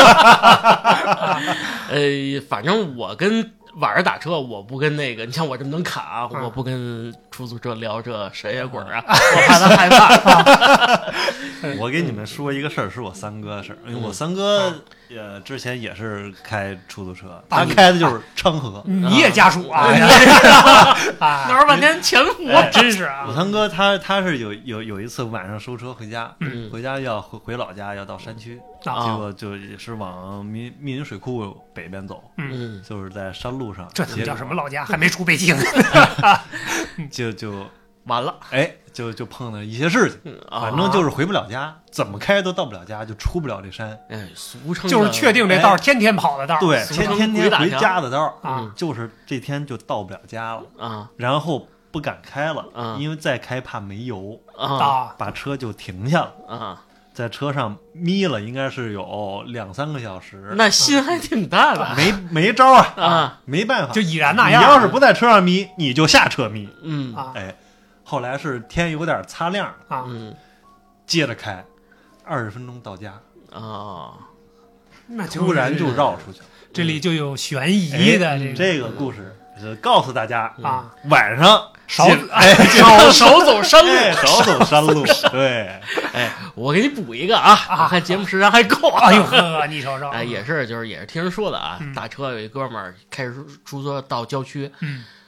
呃，反正我跟晚上打车，我不跟那个，你像我这么能侃啊，嗯、我不跟出租车聊这神呀鬼啊，我怕他害怕。 我给你们说一个事儿，是我三哥的事儿，因为我三哥呃之前也是开出租车，他开的就是昌河。 你也家属啊？ 闹了半天前夫， 真是啊！ 我三哥他他是有有有一次晚上收车回家， 嗯、 回家要回回老家，要到山区， 啊、 结果就也是往密密云水库北边走， 嗯， 就是在山路上。 这叫什么老家？还没出北京， 就就。 完了， 哎，就就碰到一些事情， 嗯啊、 反正就是回不了家，怎么开都到不了家，就出不了这山。 哎，俗称就是确定这道天天跑的道， 对，天天天回家的道啊， 就是这天就到不了家了啊， 然后不敢开了啊， 因为再开怕没油啊， 把车就停下了啊， 在车上眯了，应该是有两三个小时， 那心还挺大的， 没没招啊啊， 没办法， 就已然那样。 你要是不在车上眯，你就下车眯， 嗯啊， 哎。后来是天有点擦亮啊， 嗯， 接着开，二十分钟到家啊， 那突然就绕出去了。 这里就有悬疑的这个、 哎、这个故事，是告诉大家啊， 晚上少哎少少走山路， 哎、少走山路。对， 哎，我给你补一个啊， 啊我看节目时间还够。 哎呦呵，你瞅瞅， 哎，也是，就是也是听人说的啊， 嗯、 打车有一哥们儿开出租车到郊区， 嗯。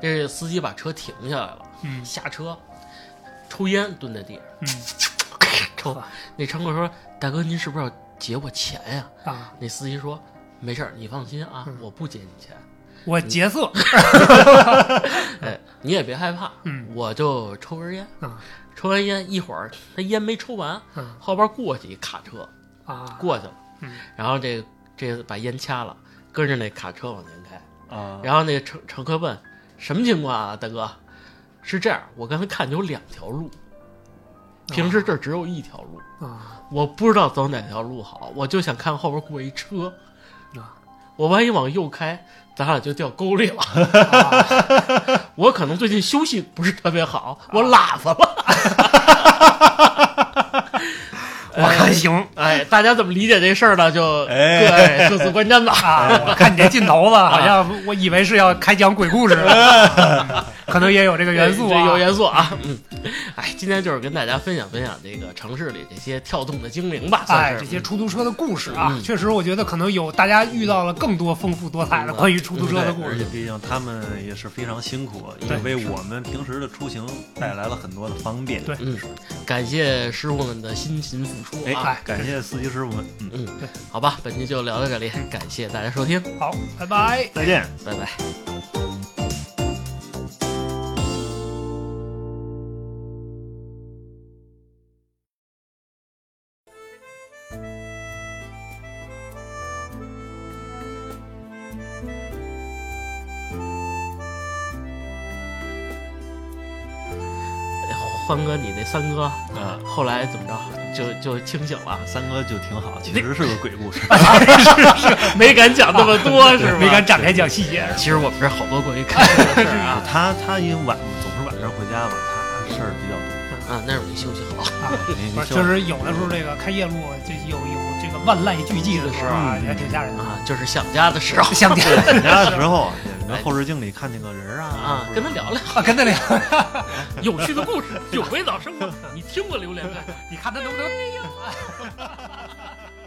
这司机把车停下来了， 嗯， 下车抽烟，蹲在地上， 嗯， 抽。那乘客说：“大哥，您是不是要劫我钱呀？” 啊， 那司机说：“没事儿，你放心啊， 嗯、 我不劫你钱， 我劫色。 哎，你也别害怕， 嗯， 我就抽根烟， 啊， 抽完烟一会儿，他烟没抽完， 嗯， 后边过去一卡车， 啊， 过去了， 嗯， 然后这这把烟掐了，跟着那卡车往前开， 啊， 然后那乘乘客问：什么情况啊，大哥？是这样，我刚才看见有两条路。”平时这只有一条路啊， 我不知道走哪条路好，我就想看后边过一车啊，我万一往右开，咱俩就掉沟里了。啊、我可能最近休息不是特别好，我拉死了。 我还行， 哎，大家怎么理解这事儿呢？就各各自观瞻吧。 啊，我看你这劲头子，好像我以为是要开讲鬼故事，嗯、可能也有这个元素、啊， 这有元素啊。嗯，哎，今天就是跟大家分享分享这个城市里这些跳动的精灵吧， 哎，这些出租车的故事啊， 嗯、 确实我觉得可能有大家遇到了更多丰富多彩的关于出租车的故事。 而且毕竟他们也是非常辛苦，也为我们平时的出行带来了很多的方便。 对， 嗯，感谢师傅们的辛勤付出啊。 哎，感谢司机师傅们。 嗯嗯，对，好吧，本期就聊到这里，感谢大家收听， 好，拜拜， 再见， 拜拜。欢哥，你那三哥啊，后来怎么着就就清醒了？ 三哥就挺好，其实是个鬼故事， 是是，没敢讲那么多，是吧？ 没敢展开讲细节。 其实我们这好多关于开车的事儿啊。 他他因为晚总是晚上回家嘛，他事儿比较多啊。那会儿你休息好啊， 就是有的时候这个开夜路，就有有这个万籁俱寂的时候啊，也挺吓人的啊。就是想家的时候， 想家想家的时候。在后视镜里看见个人啊啊，跟他聊聊啊，跟他聊有趣的故事，有回早生活。你听过榴莲派？ 你看他能不能？